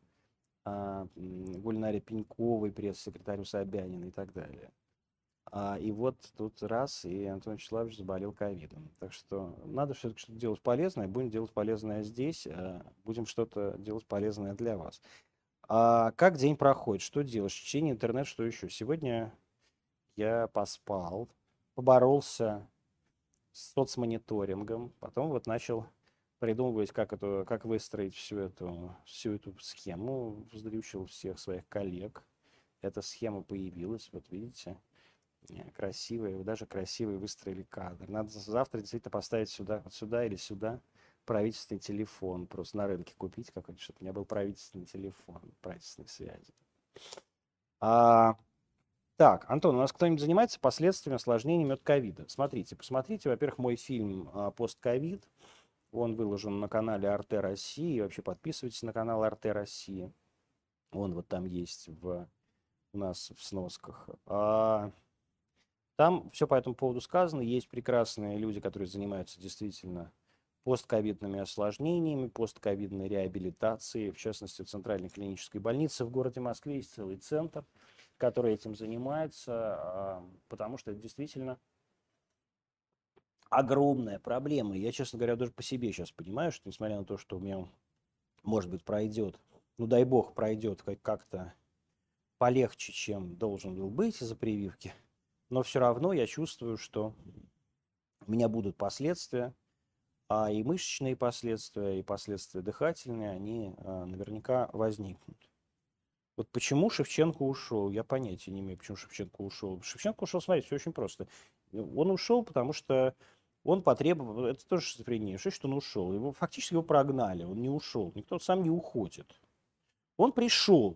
Гульнаре Пеньковой, пресс-секретарю Собянина и так далее. И вот тут раз, и Антон Вячеславович заболел ковидом. Так что надо все-таки что-то делать полезное. Будем делать полезное здесь, будем что-то делать полезное для вас. Как день проходит? Что делаешь? Чтение, интернет, что еще? Сегодня я поспал, поборолся с соцмониторингом, потом вот начал придумывать, как выстроить всю эту схему, вздрючил всех своих коллег. Эта схема появилась, вот видите. Красивые, даже красивые выстроили кадр. Надо завтра действительно поставить сюда, вот сюда или сюда правительственный телефон. Просто на рынке купить какой-то, чтобы у меня был правительственный телефон, правительственной связи. Так, Антон, у нас кто-нибудь занимается последствиями, осложнениями от ковида? Посмотрите, во-первых, мой фильм «Постковид». Он выложен на канале Арте России. И вообще подписывайтесь на канал Арте России. Он вот там есть у нас в сносках. Там все по этому поводу сказано. Есть прекрасные люди, которые занимаются действительно постковидными осложнениями, постковидной реабилитацией. В частности, в Центральной клинической больнице в городе Москве есть целый центр, который этим занимается, потому что это действительно огромная проблема. Я, честно говоря, даже по себе сейчас понимаю, что несмотря на то, что у меня, может быть, пройдет, ну дай бог, пройдет как-то полегче, чем должен был быть из-за прививки, но все равно я чувствую, что у меня будут последствия, и мышечные последствия, и последствия дыхательные, они наверняка возникнут. Вот почему Шевченко ушел, я понятия не имею, почему Шевченко ушел. Шевченко ушел, смотрите, все очень просто. Он ушел, потому что он потребовал, это тоже шизофрения, что он ушел. Фактически его прогнали, он не ушел, никто сам не уходит. Он пришел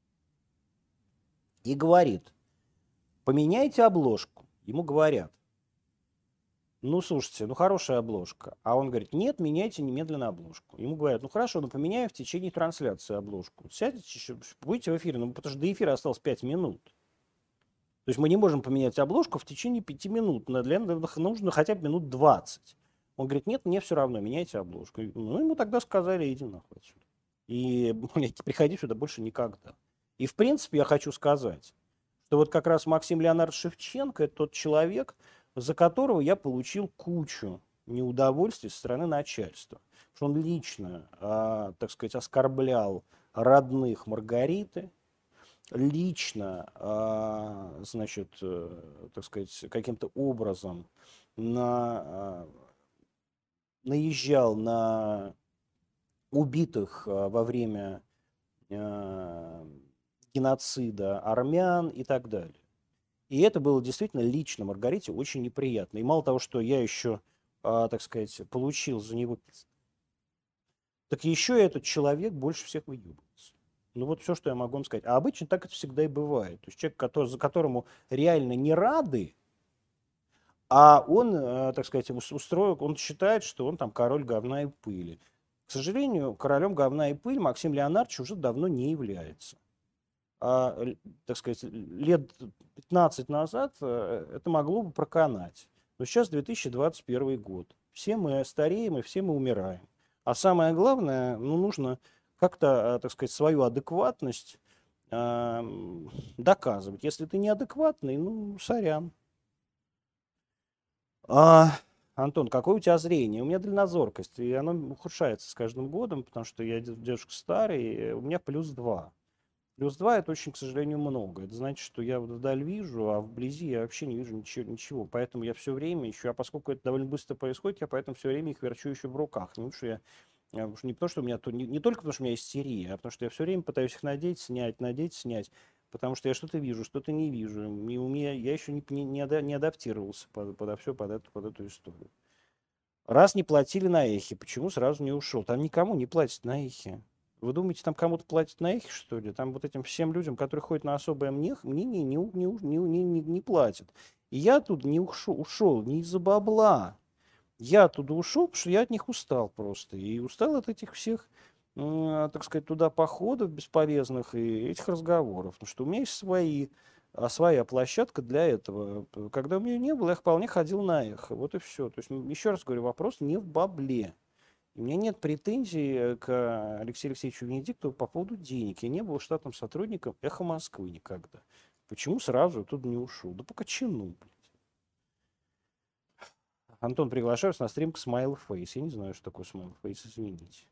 и говорит, поменяйте обложку. Ему говорят, ну, слушайте, ну, хорошая обложка. А он говорит, нет, меняйте немедленно обложку. Ему говорят, ну, хорошо, но поменяю в течение трансляции обложку. Сядете, будете в эфире, ну, потому что до эфира осталось 5 минут. То есть мы не можем поменять обложку в течение 5 минут. Для этого нужно хотя бы минут 20. Он говорит, нет, мне все равно, меняйте обложку. Ну, ему тогда сказали, иди нахуй отсюда. И приходи сюда больше никогда. И, в принципе, я хочу сказать, что вот как раз Максим Леонардович Шевченко – это тот человек, за которого я получил кучу неудовольствий со стороны начальства. Потому что он лично, так сказать, оскорблял родных Маргариты, лично, значит, так сказать, каким-то образом наезжал на убитых во время геноцида армян и так далее. И это было действительно лично Маргарите очень неприятно. И мало того, что я еще, так сказать, получил за него пизду, так еще и этот человек больше всех выебывается. Ну вот все, что я могу вам сказать. А обычно так это всегда и бывает. То есть человек, за которому реально не рады, а он, так сказать, устроил, он считает, что он там король говна и пыли. К сожалению, королем говна и пыли Максим Леонардович уже давно не является. Так сказать, лет 15 назад это могло бы проканать. Но сейчас 2021 год. Все мы стареем и все мы умираем. А самое главное, ну, нужно как-то, так сказать, свою адекватность доказывать. Если ты неадекватный, ну, сорян. Антон, какое у тебя зрение? У меня дальнозоркость, и оно ухудшается с каждым годом, потому что я дедушка старый, у меня +2. +2 это очень, к сожалению, много. Это значит, что я вдаль вижу, а вблизи я вообще не вижу ничего. Поэтому я все время еще, а поскольку это довольно быстро происходит, я поэтому все время их верчу еще в руках. Не потому что у меня не только потому, что у меня истерия, а потому что я все время пытаюсь их надеть, снять, потому что я что-то вижу, что-то не вижу. И у меня я еще не адаптировался под эту историю. Раз не платили на эхе, почему сразу не ушел? Там никому не платят на эхе. Вы думаете, там кому-то платят на эхе, что ли? Там вот этим всем людям, которые ходят на особое мнение, не платят. И я тут не ушел не из-за бабла. Я оттуда ушел, потому что я от них устал просто. И устал от этих всех, так сказать, туда походов бесполезных и этих разговоров. Потому что у меня есть своя площадка для этого. Когда у меня не было, я вполне ходил на эхо. Вот и все. То есть, еще раз говорю, вопрос не в бабле. У меня нет претензий к Алексею Алексеевичу Венедиктову по поводу денег. Я не был штатным сотрудником «Эхо Москвы» никогда. Почему сразу оттуда не ушел? Да по кочану, блядь. Антон, приглашаю вас на стрим к Smile Face. Я не знаю, что такое Smile Face, извините.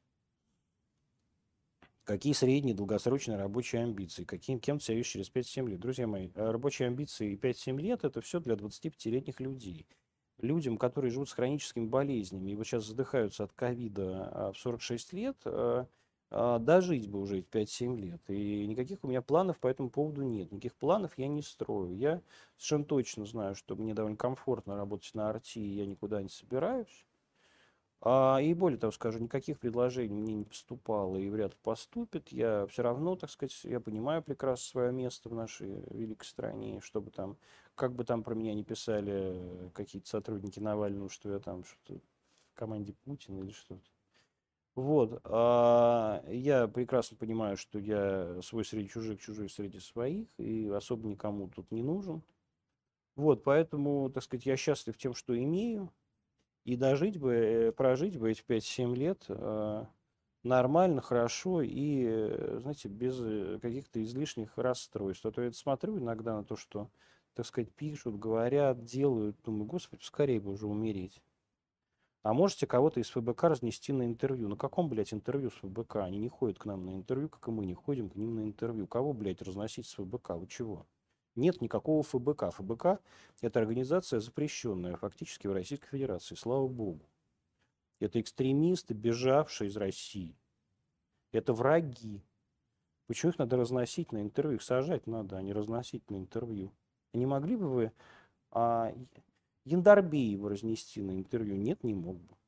Какие средние долгосрочные рабочие амбиции? Кем ты себя видишь через 5-7 лет? Друзья мои, рабочие амбиции 5-7 лет – это все для 25-летних людей. Людям, которые живут с хроническими болезнями и вот сейчас задыхаются от ковида в 46 лет, дожить бы уже 5-7 лет. И никаких у меня планов по этому поводу нет. Никаких планов я не строю. Я совершенно точно знаю, что мне довольно комфортно работать на арти, и я никуда не собираюсь. И более того скажу, никаких предложений мне не поступало и вряд ли поступит. Я все равно, так сказать, я понимаю прекрасно свое место в нашей великой стране, чтобы там, как бы там про меня не писали какие-то сотрудники Навального, что я там что-то в команде Путина или что-то. Вот. Я прекрасно понимаю, что я свой среди чужих, чужой среди своих, и особо никому тут не нужен. Вот, поэтому, так сказать, я счастлив тем, что имею. И прожить бы эти 5-7 лет нормально, хорошо и, знаете, без каких-то излишних расстройств. А то я смотрю иногда на то, что, так сказать, пишут, говорят, делают. Думаю, господи, скорее бы уже умереть. А можете кого-то из ФБК разнести на интервью? На каком, блядь, интервью с ФБК? Они не ходят к нам на интервью, как и мы не ходим к ним на интервью. Кого, блядь, разносить с ФБК? Вы чего? Нет никакого ФБК. ФБК – это организация запрещенная фактически в Российской Федерации. Слава Богу. Это экстремисты, бежавшие из России. Это враги. Почему их надо разносить на интервью? Их сажать надо, а не разносить на интервью. Не могли бы вы Яндарбеева разнести на интервью? Нет, не мог бы.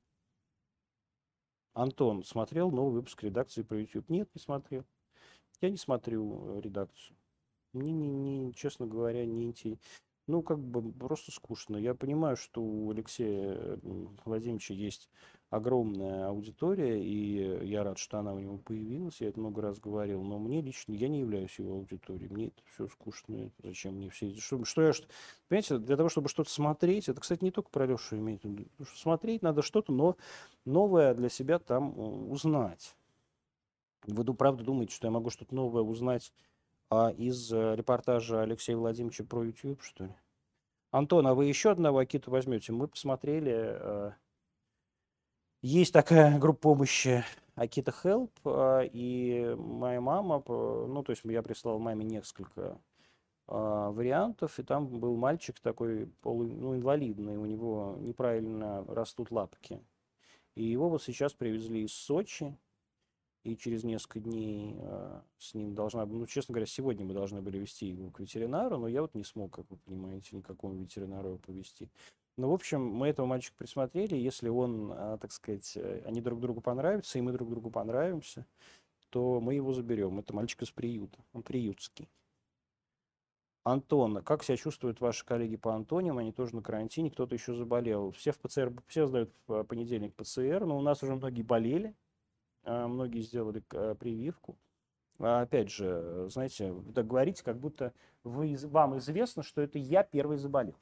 Антон, смотрел новый выпуск редакции про YouTube? Нет, не смотрел. Я не смотрю редакцию. Мне, честно говоря, не интересно. Ну, как бы просто скучно. Я понимаю, что у Алексея Владимировича есть огромная аудитория, и я рад, что она у него появилась. Я это много раз говорил, но мне лично, я не являюсь его аудиторией. Мне это все скучно. Зачем мне все эти... Понимаете, для того, чтобы что-то смотреть, это, кстати, не только про Лешу имеет в виду. Смотреть надо что-то, но новое для себя там узнать. Вы, правда, думаете, что я могу что-то новое узнать из репортажа Алексея Владимировича про YouTube, что ли? Антон, а вы еще одного Акиту возьмете? Мы посмотрели, есть такая группа помощи Акита Help, и моя мама, ну, то есть я прислал маме несколько вариантов, и там был мальчик такой инвалидный, у него неправильно растут лапки. И его вот сейчас привезли из Сочи, и через несколько дней с ним должна, ну, честно говоря, сегодня мы должны были везти его к ветеринару, но я вот не смог, как вы понимаете, никакому ветеринару его повезти. Ну, в общем, мы этого мальчика присмотрели, если он, так сказать, они друг другу понравятся, и мы друг другу понравимся, то мы его заберем. Это мальчик из приюта, он приютский. Антон, как себя чувствуют ваши коллеги по антоним? Они тоже на карантине, кто-то еще заболел. Все в ПЦР, все сдают в понедельник ПЦР, но у нас уже многие болели. Многие сделали прививку. Опять же, знаете, вы так говорите, как будто вам известно, что это я первый заболел.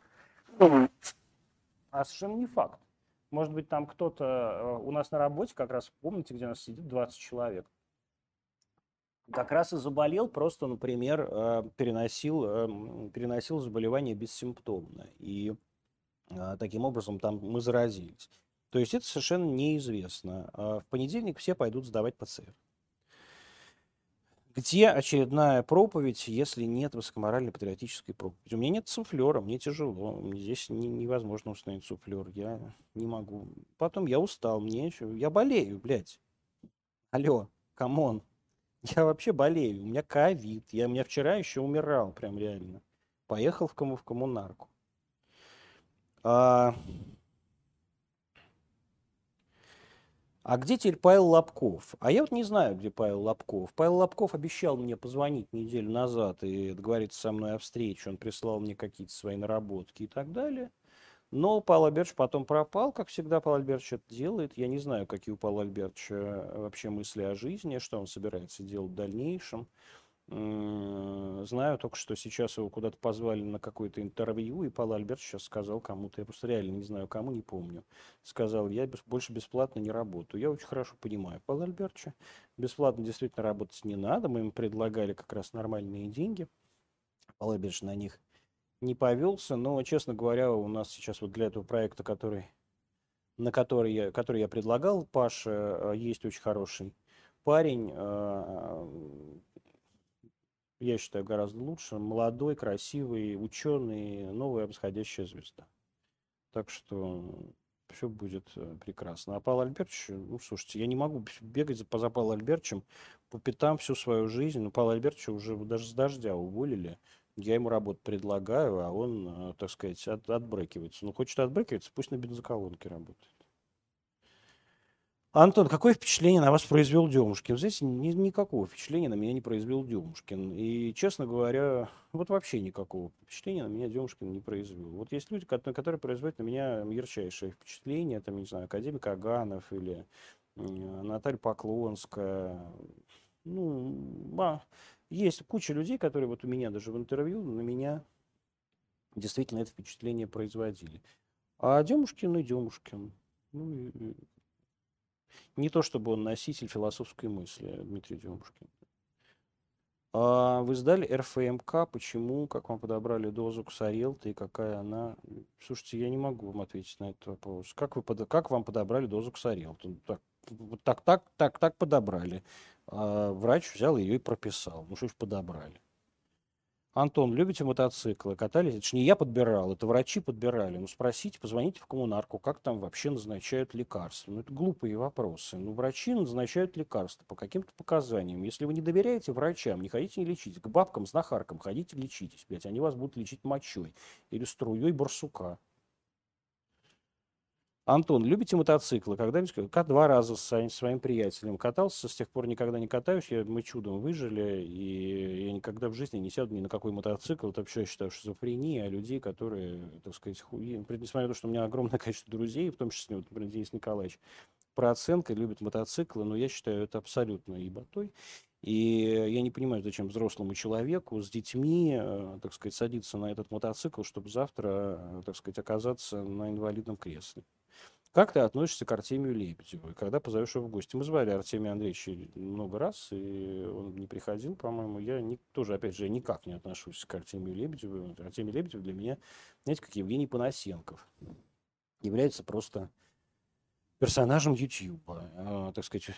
А совершенно не факт. Может быть, там кто-то у нас на работе, как раз помните, где у нас сидит 20 человек, как раз и заболел, просто, например, переносил заболевание бессимптомно. И таким образом там мы заразились. То есть это совершенно неизвестно. В понедельник все пойдут сдавать ПЦР. Где очередная проповедь, если нет высокоморальной патриотической проповеди? У меня нет суфлера, мне тяжело. Здесь невозможно установить суфлер. Я не могу. Потом я устал, я болею, блядь. Алло, камон. Я вообще болею. У меня ковид. У меня вчера еще умирал, прям реально. Поехал в коммунарку. А где теперь Павел Лобков? А я вот не знаю, где Павел Лобков. Павел Лобков обещал мне позвонить неделю назад и договориться со мной о встрече. Он прислал мне какие-то свои наработки и так далее. Но Павел Альбертович потом пропал, как всегда Павел Альбертович это делает. Я не знаю, какие у Павла Альбертовича вообще мысли о жизни, что он собирается делать в дальнейшем. Знаю только, что сейчас его куда-то позвали на какое-то интервью, и Павел Альбертович сейчас сказал кому-то, я просто реально не знаю кому, не помню, сказал, я больше бесплатно не работаю. Я очень хорошо понимаю Павла Альбертовича. Бесплатно действительно работать не надо, мы им предлагали как раз нормальные деньги. Павел Альбертович на них не повелся, но, честно говоря, у нас сейчас вот для этого проекта, который я предлагал, Паша, есть очень хороший парень, я считаю, гораздо лучше. Молодой, красивый, ученый, новая восходящая звезда. Так что все будет прекрасно. А Павел Альбертович, ну, слушайте, я не могу бегать за Павлом Альбертовичем по пятам всю свою жизнь. Но Павла Альбертовича уже даже с дождя уволили. Я ему работу предлагаю, а он, так сказать, отбрыкивается. Ну, хочет отбрыкиваться, пусть на бензоколонке работает. Антон, какое впечатление на вас произвел Демушкин? Знаете, никакого впечатления на меня не произвел Демушкин. И, честно говоря, вот вообще никакого впечатления на меня Демушкин не произвел. Вот есть люди, которые производят на меня ярчайшее впечатление, там, не знаю, академик Аганов или Наталья Поклонская. Ну, есть куча людей, которые вот у меня даже в интервью на меня действительно это впечатление производили. А Демушкин и Демушкин. Ну, не то чтобы он носитель философской мысли, Дмитрий Демушкин. А вы сдали РФМК, почему, как вам подобрали дозу Ксарелты и какая она? Слушайте, я не могу вам ответить на этот вопрос. Как вам подобрали дозу Ксарелты? Так подобрали. Врач взял ее и прописал. Ну что ж подобрали. Антон, любите мотоциклы? Катались? Это ж не я подбирал, это врачи подбирали. Ну, спросите, позвоните в коммунарку, как там вообще назначают лекарства. Ну, это глупые вопросы. Ну, врачи назначают лекарства по каким-то показаниям. Если вы не доверяете врачам, не хотите лечить. К бабкам, знахаркам ходите лечитесь, блядь. Они вас будут лечить мочой или струей барсука. Антон, любите мотоциклы? Когда-нибудь? 2 раза с своим приятелем катался, с тех пор никогда не катаюсь, мы чудом выжили, и я никогда в жизни не сяду ни на какой мотоцикл. Это вообще, я считаю, шизофрения людей, которые, так сказать, несмотря на то, что у меня огромное количество друзей, в том числе, вот, например, Денис Николаевич, процентка любит мотоциклы, но я считаю это абсолютно еботой. И я не понимаю, зачем взрослому человеку с детьми, так сказать, садиться на этот мотоцикл, чтобы завтра, так сказать, оказаться на инвалидном кресле. Как ты относишься к Артемию Лебедеву? И когда позовешь его в гости? Мы звали Артемия Андреевича много раз, и он не приходил, по-моему. Тоже, опять же, я никак не отношусь к Артемию Лебедеву. Артемий Лебедев для меня, знаете, как Евгений Панасенков, является просто персонажем Ютьюба. Так сказать,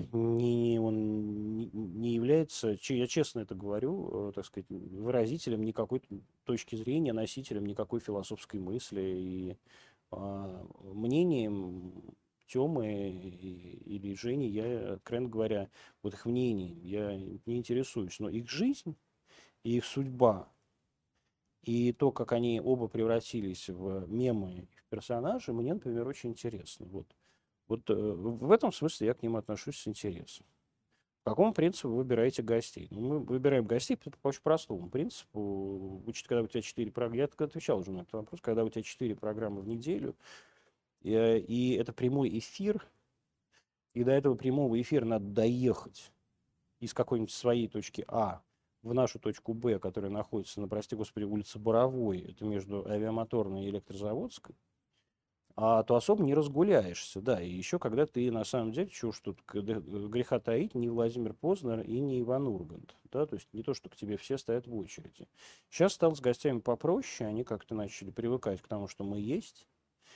он не является, я честно это говорю, так сказать, выразителем никакой точки зрения, носителем никакой философской мысли и мнением Тёмы или Жени, я, откровенно говоря, вот их мнением я не интересуюсь, но их жизнь и их судьба, и то, как они оба превратились в мемы, в персонажи, мне, например, очень интересно. Вот в этом смысле я к ним отношусь с интересом. По какому принципу вы выбираете гостей? Мы выбираем гостей по очень простому принципу. Когда у тебя 4 программы, я отвечал уже на этот вопрос, когда у тебя 4 программы в неделю, и это прямой эфир, и до этого прямого эфира надо доехать из какой-нибудь своей точки А в нашу точку Б, которая находится на, прости господи, улице Боровой, это между Авиамоторной и Электрозаводской, то особо не разгуляешься, да, и еще когда ты на самом деле, чего уж тут греха таить, не Владимир Познер и не Иван Ургант, да, то есть не то, что к тебе все стоят в очереди. Сейчас стало с гостями попроще, они как-то начали привыкать к тому, что мы есть,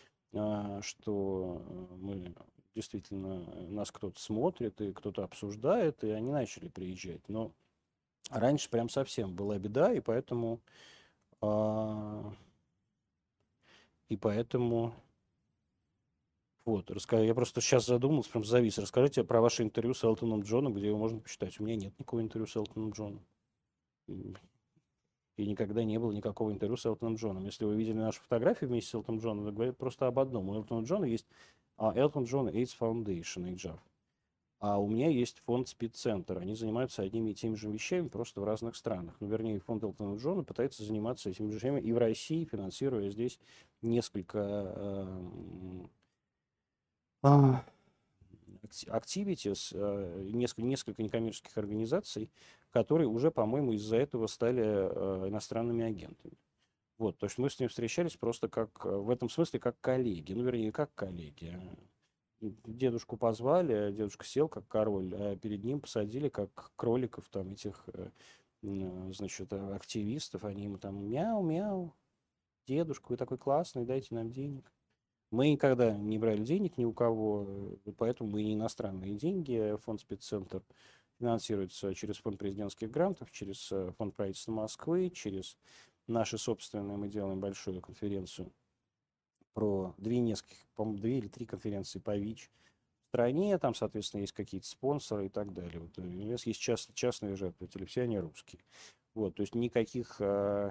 что мы действительно, нас кто-то смотрит и кто-то обсуждает, и они начали приезжать, но раньше прям совсем была беда, и поэтому вот, я просто сейчас задумался, прям завис. Расскажите про ваше интервью с Элтоном Джоном, где его можно почитать. У меня нет никакого интервью с Элтоном Джоном. И никогда не было никакого интервью с Элтоном Джоном. Если вы видели нашу фотографию вместе с Элтоном Джоном, это говорит просто об одном. У Элтона Джона есть Элтон Джон AIDS Foundation, HF. А у меня есть фонд Спидцентр. Они занимаются одними и теми же вещами, просто в разных странах. Ну, вернее, фонд Элтона Джона пытается заниматься этими же вещами и в России, финансируя здесь несколько activities, несколько некоммерческих организаций, которые уже, по-моему, из-за этого стали иностранными агентами. Вот, то есть мы с ним встречались просто как, в этом смысле, как коллеги. Ну, вернее, как коллеги. Дедушку позвали, дедушка сел как король, а перед ним посадили как кроликов, там, этих, значит, активистов. Они ему там мяу-мяу, дедушка, вы такой классный, дайте нам денег. Мы никогда не брали денег ни у кого, поэтому мы не иностранные деньги. Фонд Спидцентр финансируется через фонд президентских грантов, через фонд правительства Москвы, через наши собственные. Мы делаем большую конференцию про по-моему, 2 или 3 конференции по ВИЧ в стране. Там, соответственно, есть какие-то спонсоры и так далее. Вот, у нас есть частные жертвователи, все они русские. Вот, то есть никаких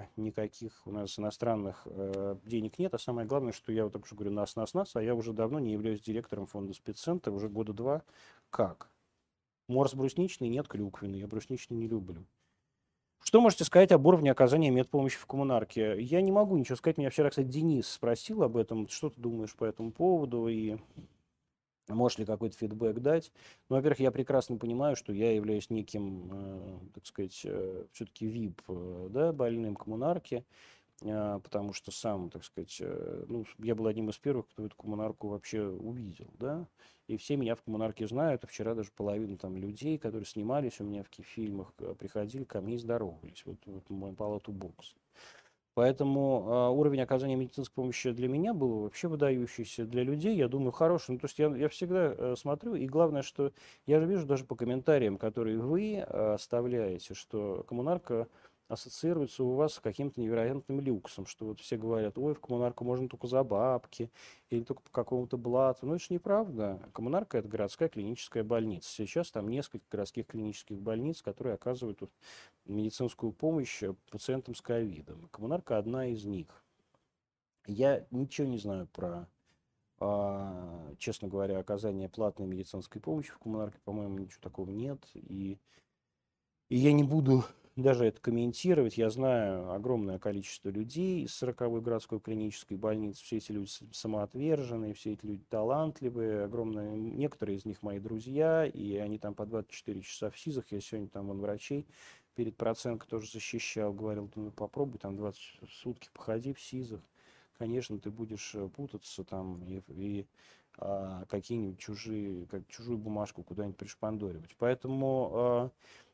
у нас иностранных денег нет. А самое главное, что я вот так же говорю, нас, а я уже давно не являюсь директором фонда Спидцентр, уже года 2. Как? Морс брусничный, нет клюквенный. Я брусничный не люблю. Что можете сказать об уровне оказания медпомощи в коммунарке? Я не могу ничего сказать. Меня вчера, кстати, Денис спросил об этом. Что ты думаешь по этому поводу? И можешь ли какой-то фидбэк дать? Ну, во-первых, я прекрасно понимаю, что я являюсь неким, так сказать, все-таки VIP, да, больным коммунарки, потому что сам, так сказать, ну, я был одним из первых, кто эту коммунарку вообще увидел, да, и все меня в коммунарке знают, а вчера даже половина там людей, которые снимались у меня в фильмах, приходили ко мне и здоровались, вот в мою палату бокс. Поэтому уровень оказания медицинской помощи для меня был вообще выдающийся. Для людей, я думаю, хороший. Ну, то есть я всегда смотрю, и главное, что я же вижу даже по комментариям, которые вы оставляете, что коммунарка ассоциируется у вас с каким-то невероятным люксом, что вот все говорят, ой, в коммунарку можно только за бабки или только по какому-то блату. Но это же неправда. Коммунарка – это городская клиническая больница. Сейчас там несколько городских клинических больниц, которые оказывают медицинскую помощь пациентам с ковидом. Коммунарка одна из них. Я ничего не знаю про Честно говоря, оказание платной медицинской помощи в коммунарке, по-моему, ничего такого нет. И я не буду даже это комментировать. Я знаю огромное количество людей из 40-й городской клинической больницы. Все эти люди самоотверженные, все эти люди талантливые. Огромное, некоторые из них мои друзья, и они там по 24 часа в СИЗах. Я сегодня там вон врачей перед проценкой тоже защищал. Говорил, ну попробуй там 20 сутки походи в СИЗах. Конечно, ты будешь путаться там и какие-нибудь чужую бумажку куда-нибудь пришпандоривать. Поэтому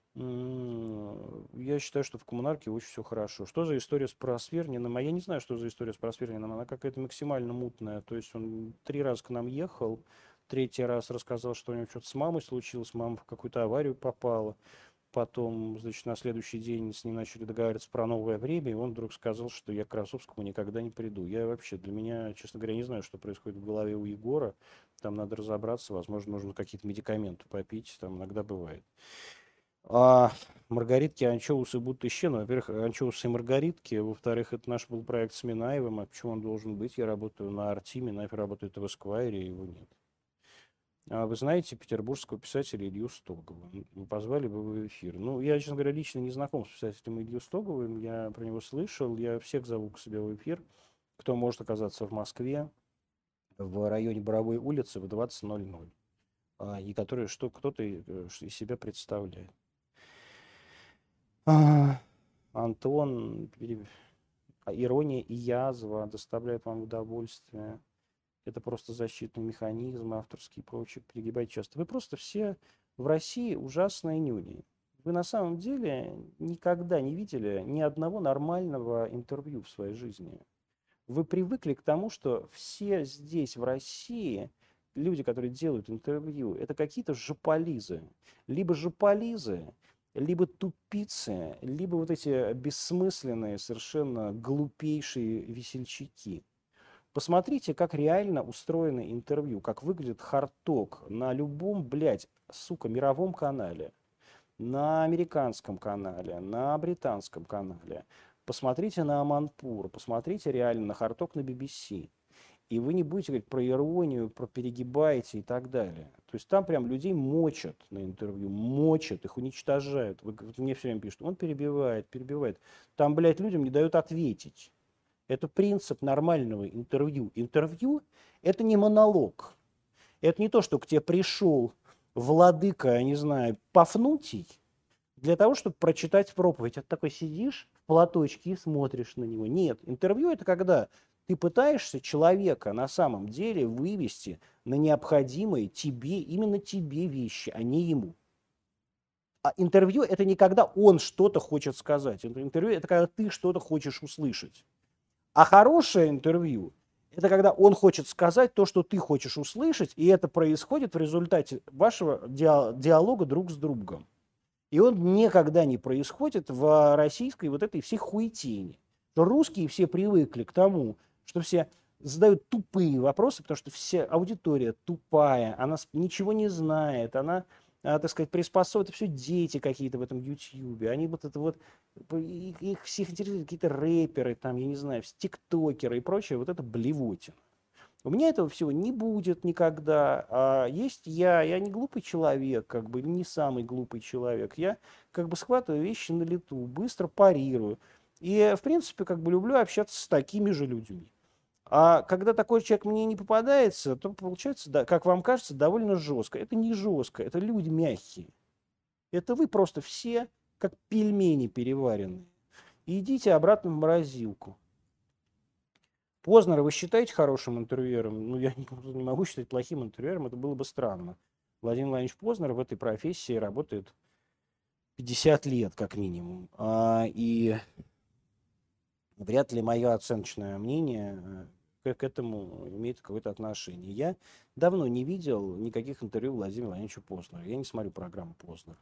я считаю, что в коммунарке очень все хорошо. Что за история с Просверниным? А я не знаю, что за история с Просверниным. Она какая-то максимально мутная. То есть он 3 раза к нам ехал, 3-й раз рассказал, что у него что-то с мамой случилось, мама в какую-то аварию попала. Потом, значит, на следующий день с ним начали договариваться про новое время, и он вдруг сказал, что я к Красовскому никогда не приду. Я вообще, для меня, честно говоря, не знаю, что происходит в голове у Егора. Там надо разобраться, возможно, нужно какие-то медикаменты попить, там иногда бывает. А маргаритки, анчоусы будут исчезну. Во-первых, анчоусы и маргаритки. Во-вторых, это наш был проект с Минаевым. А почему он должен быть? Я работаю на Арти, Минаев работает в Эсквайре, его нет. А вы знаете петербургского писателя Илью Стогова? Вы позвали бы в эфир. Ну, я, честно говоря, лично не знаком с писателем Илью Стоговым. Я про него слышал. Я всех зову к себе в эфир, кто может оказаться в Москве, в районе Боровой улицы в 20:00. И который кто-то из себя представляет. Антон, ирония и язва доставляют вам удовольствие. Это просто защитный механизм, авторский и прочее. Перегибать часто. Вы просто все в России ужасные нюни. Вы на самом деле никогда не видели ни одного нормального интервью в своей жизни. Вы привыкли к тому, что все здесь, в России, люди, которые делают интервью, это какие-то жополизы. Либо жополизы, либо тупицы, либо вот эти бессмысленные, совершенно глупейшие весельчаки. Посмотрите, как реально устроено интервью, как выглядит хардток на любом, блядь, сука, мировом канале, на американском канале, на британском канале. Посмотрите на Аманпур, посмотрите реально на хардток на BBC. И вы не будете говорить про иронию, про перегибаете и так далее. То есть там прям людей мочат на интервью, мочат, их уничтожают. Вы мне все время пишут, он перебивает, перебивает. Там, блядь, людям не дают ответить. Это принцип нормального интервью. Интервью – это не монолог. Это не то, что к тебе пришел владыка, я не знаю, Пафнутий, для того, чтобы прочитать проповедь. А ты такой сидишь в платочке и смотришь на него. Нет, интервью – это когда ты пытаешься человека на самом деле вывести на необходимые тебе, именно тебе вещи, а не ему. А интервью – это не когда он что-то хочет сказать. Интервью – это когда ты что-то хочешь услышать. А хорошее интервью – это когда он хочет сказать то, что ты хочешь услышать, и это происходит в результате вашего диалога друг с другом. И он никогда не происходит в российской вот этой всей хуетине. Русские все привыкли к тому, что все задают тупые вопросы, потому что вся аудитория тупая, она ничего не знает, она, так сказать, приспособит, это все дети какие-то в этом Ютьюбе, они вот это вот, их всех интересуют какие-то рэперы, там, я не знаю, тиктокеры и прочее, вот это блевотина. У меня этого всего не будет никогда. Есть я не глупый человек, как бы, не самый глупый человек. Я как бы схватываю вещи на лету, быстро парирую. И, в принципе, как бы люблю общаться с такими же людьми. А когда такой человек мне не попадается, то получается, да, как вам кажется, довольно жестко. Это не жестко, это люди мягкие. Это вы просто все как пельмени переваренные. И идите обратно в морозилку. Познера вы считаете хорошим интервьюером? Ну, я не могу считать плохим интервьюером, это было бы странно. Владимир Владимирович Познер в этой профессии работает 50 лет, как минимум. И вряд ли мое оценочное мнение к этому имеет какое-то отношение. Я давно не видел никаких интервью Владимира Владимировича Познера. Я не смотрю программу Познера.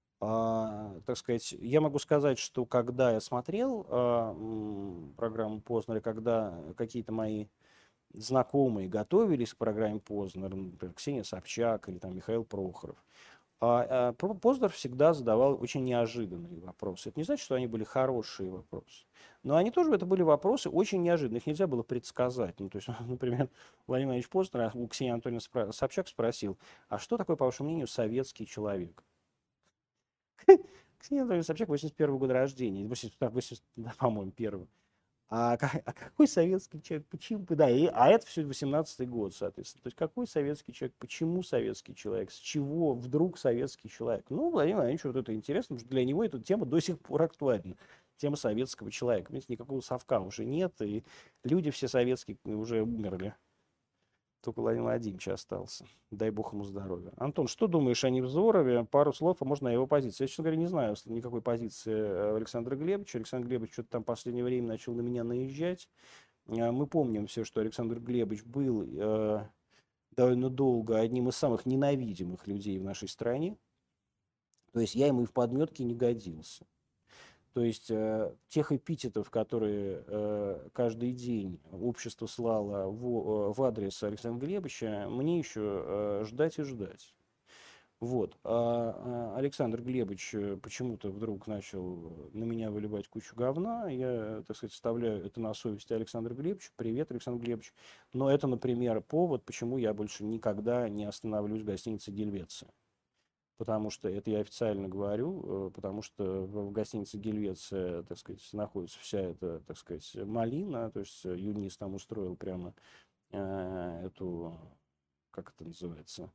Так сказать, я могу сказать, что когда я смотрел программу Познера, когда какие-то мои знакомые готовились к программе Познера, например, Ксения Собчак или там Михаил Прохоров, Познер всегда задавал очень неожиданные вопросы. Это не значит, что они были хорошие вопросы. Но они тоже, это были вопросы очень неожиданные. Их нельзя было предсказать. Ну, то есть, например, Владимир Владимирович Познер у Ксении Анатольевны Собчак спросил, а что такое, по вашему мнению, советский человек? Ксения Анатольевна Собчак, 81 года рождения, 80, да, по-моему, первый. А какой советский человек? Почему? Да, а это все 18-й год, соответственно. То есть какой советский человек? Почему советский человек? С чего вдруг советский человек? Ну, Владимир Владимирович, вот это интересно, потому что для него эта тема до сих пор актуальна. Тема советского человека. Видите, никакого совка уже нет, и люди все советские уже умерли. Только Владимир Владимирович остался. Дай бог ему здоровья. Антон, что думаешь о Невзорове? Пару слов, а можно о его позиции. Я, честно говоря, не знаю никакой позиции Александра Глебовича. Александр Глебович что-то там в последнее время начал на меня наезжать. Мы помним все, что Александр Глебович был довольно долго одним из самых ненавидимых людей в нашей стране. То есть я ему и в подметке не годился. То есть тех эпитетов, которые каждый день общество слало в адрес Александра Глебовича, мне еще ждать и ждать. Вот. Александр Глебович почему-то вдруг начал на меня выливать кучу говна. Я, так сказать, оставляю это на совести Александра Глебовича. Привет, Александр Глебович. Но это, например, повод, почему я больше никогда не остановлюсь в гостинице «Гельвеция». Потому что, это я официально говорю, потому что в гостинице «Гельвеция», так сказать, находится вся эта, так сказать, малина, то есть Юнис там устроил прямо эту, как это называется,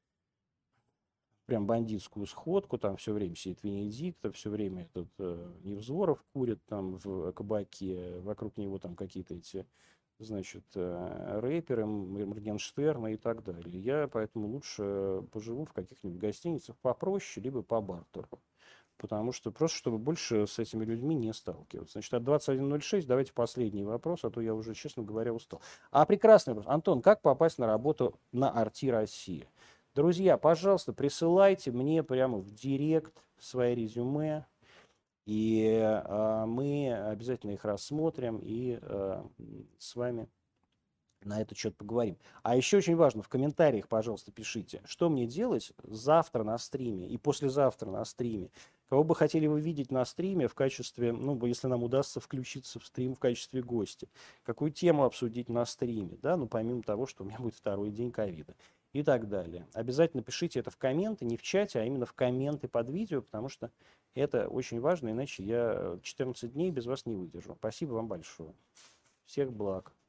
прям бандитскую сходку, там все время сидит Венедиктов, все время этот Невзоров курит там в кабаке, вокруг него там какие-то эти, значит, рэперы, Моргенштерна и так далее. Я поэтому лучше поживу в каких-нибудь гостиницах попроще, либо по бартеру. Потому что просто, чтобы больше с этими людьми не сталкиваться. Значит, от 21.06 давайте последний вопрос, а то я уже, честно говоря, устал. Прекрасный вопрос. Антон, как попасть на работу на Арти Россия? Друзья, пожалуйста, присылайте мне прямо в директ свои резюме. И мы обязательно их рассмотрим и с вами на этот счет поговорим. А еще очень важно, в комментариях, пожалуйста, пишите, что мне делать завтра на стриме и послезавтра на стриме. Кого бы хотели вы видеть на стриме в качестве, ну, если нам удастся включиться в стрим в качестве гостя. Какую тему обсудить на стриме, да, ну, помимо того, что у меня будет второй день ковида. И так далее. Обязательно пишите это в комменты, не в чате, а именно в комменты под видео, потому что это очень важно, иначе я 14 дней без вас не выдержу. Спасибо вам большое. Всех благ.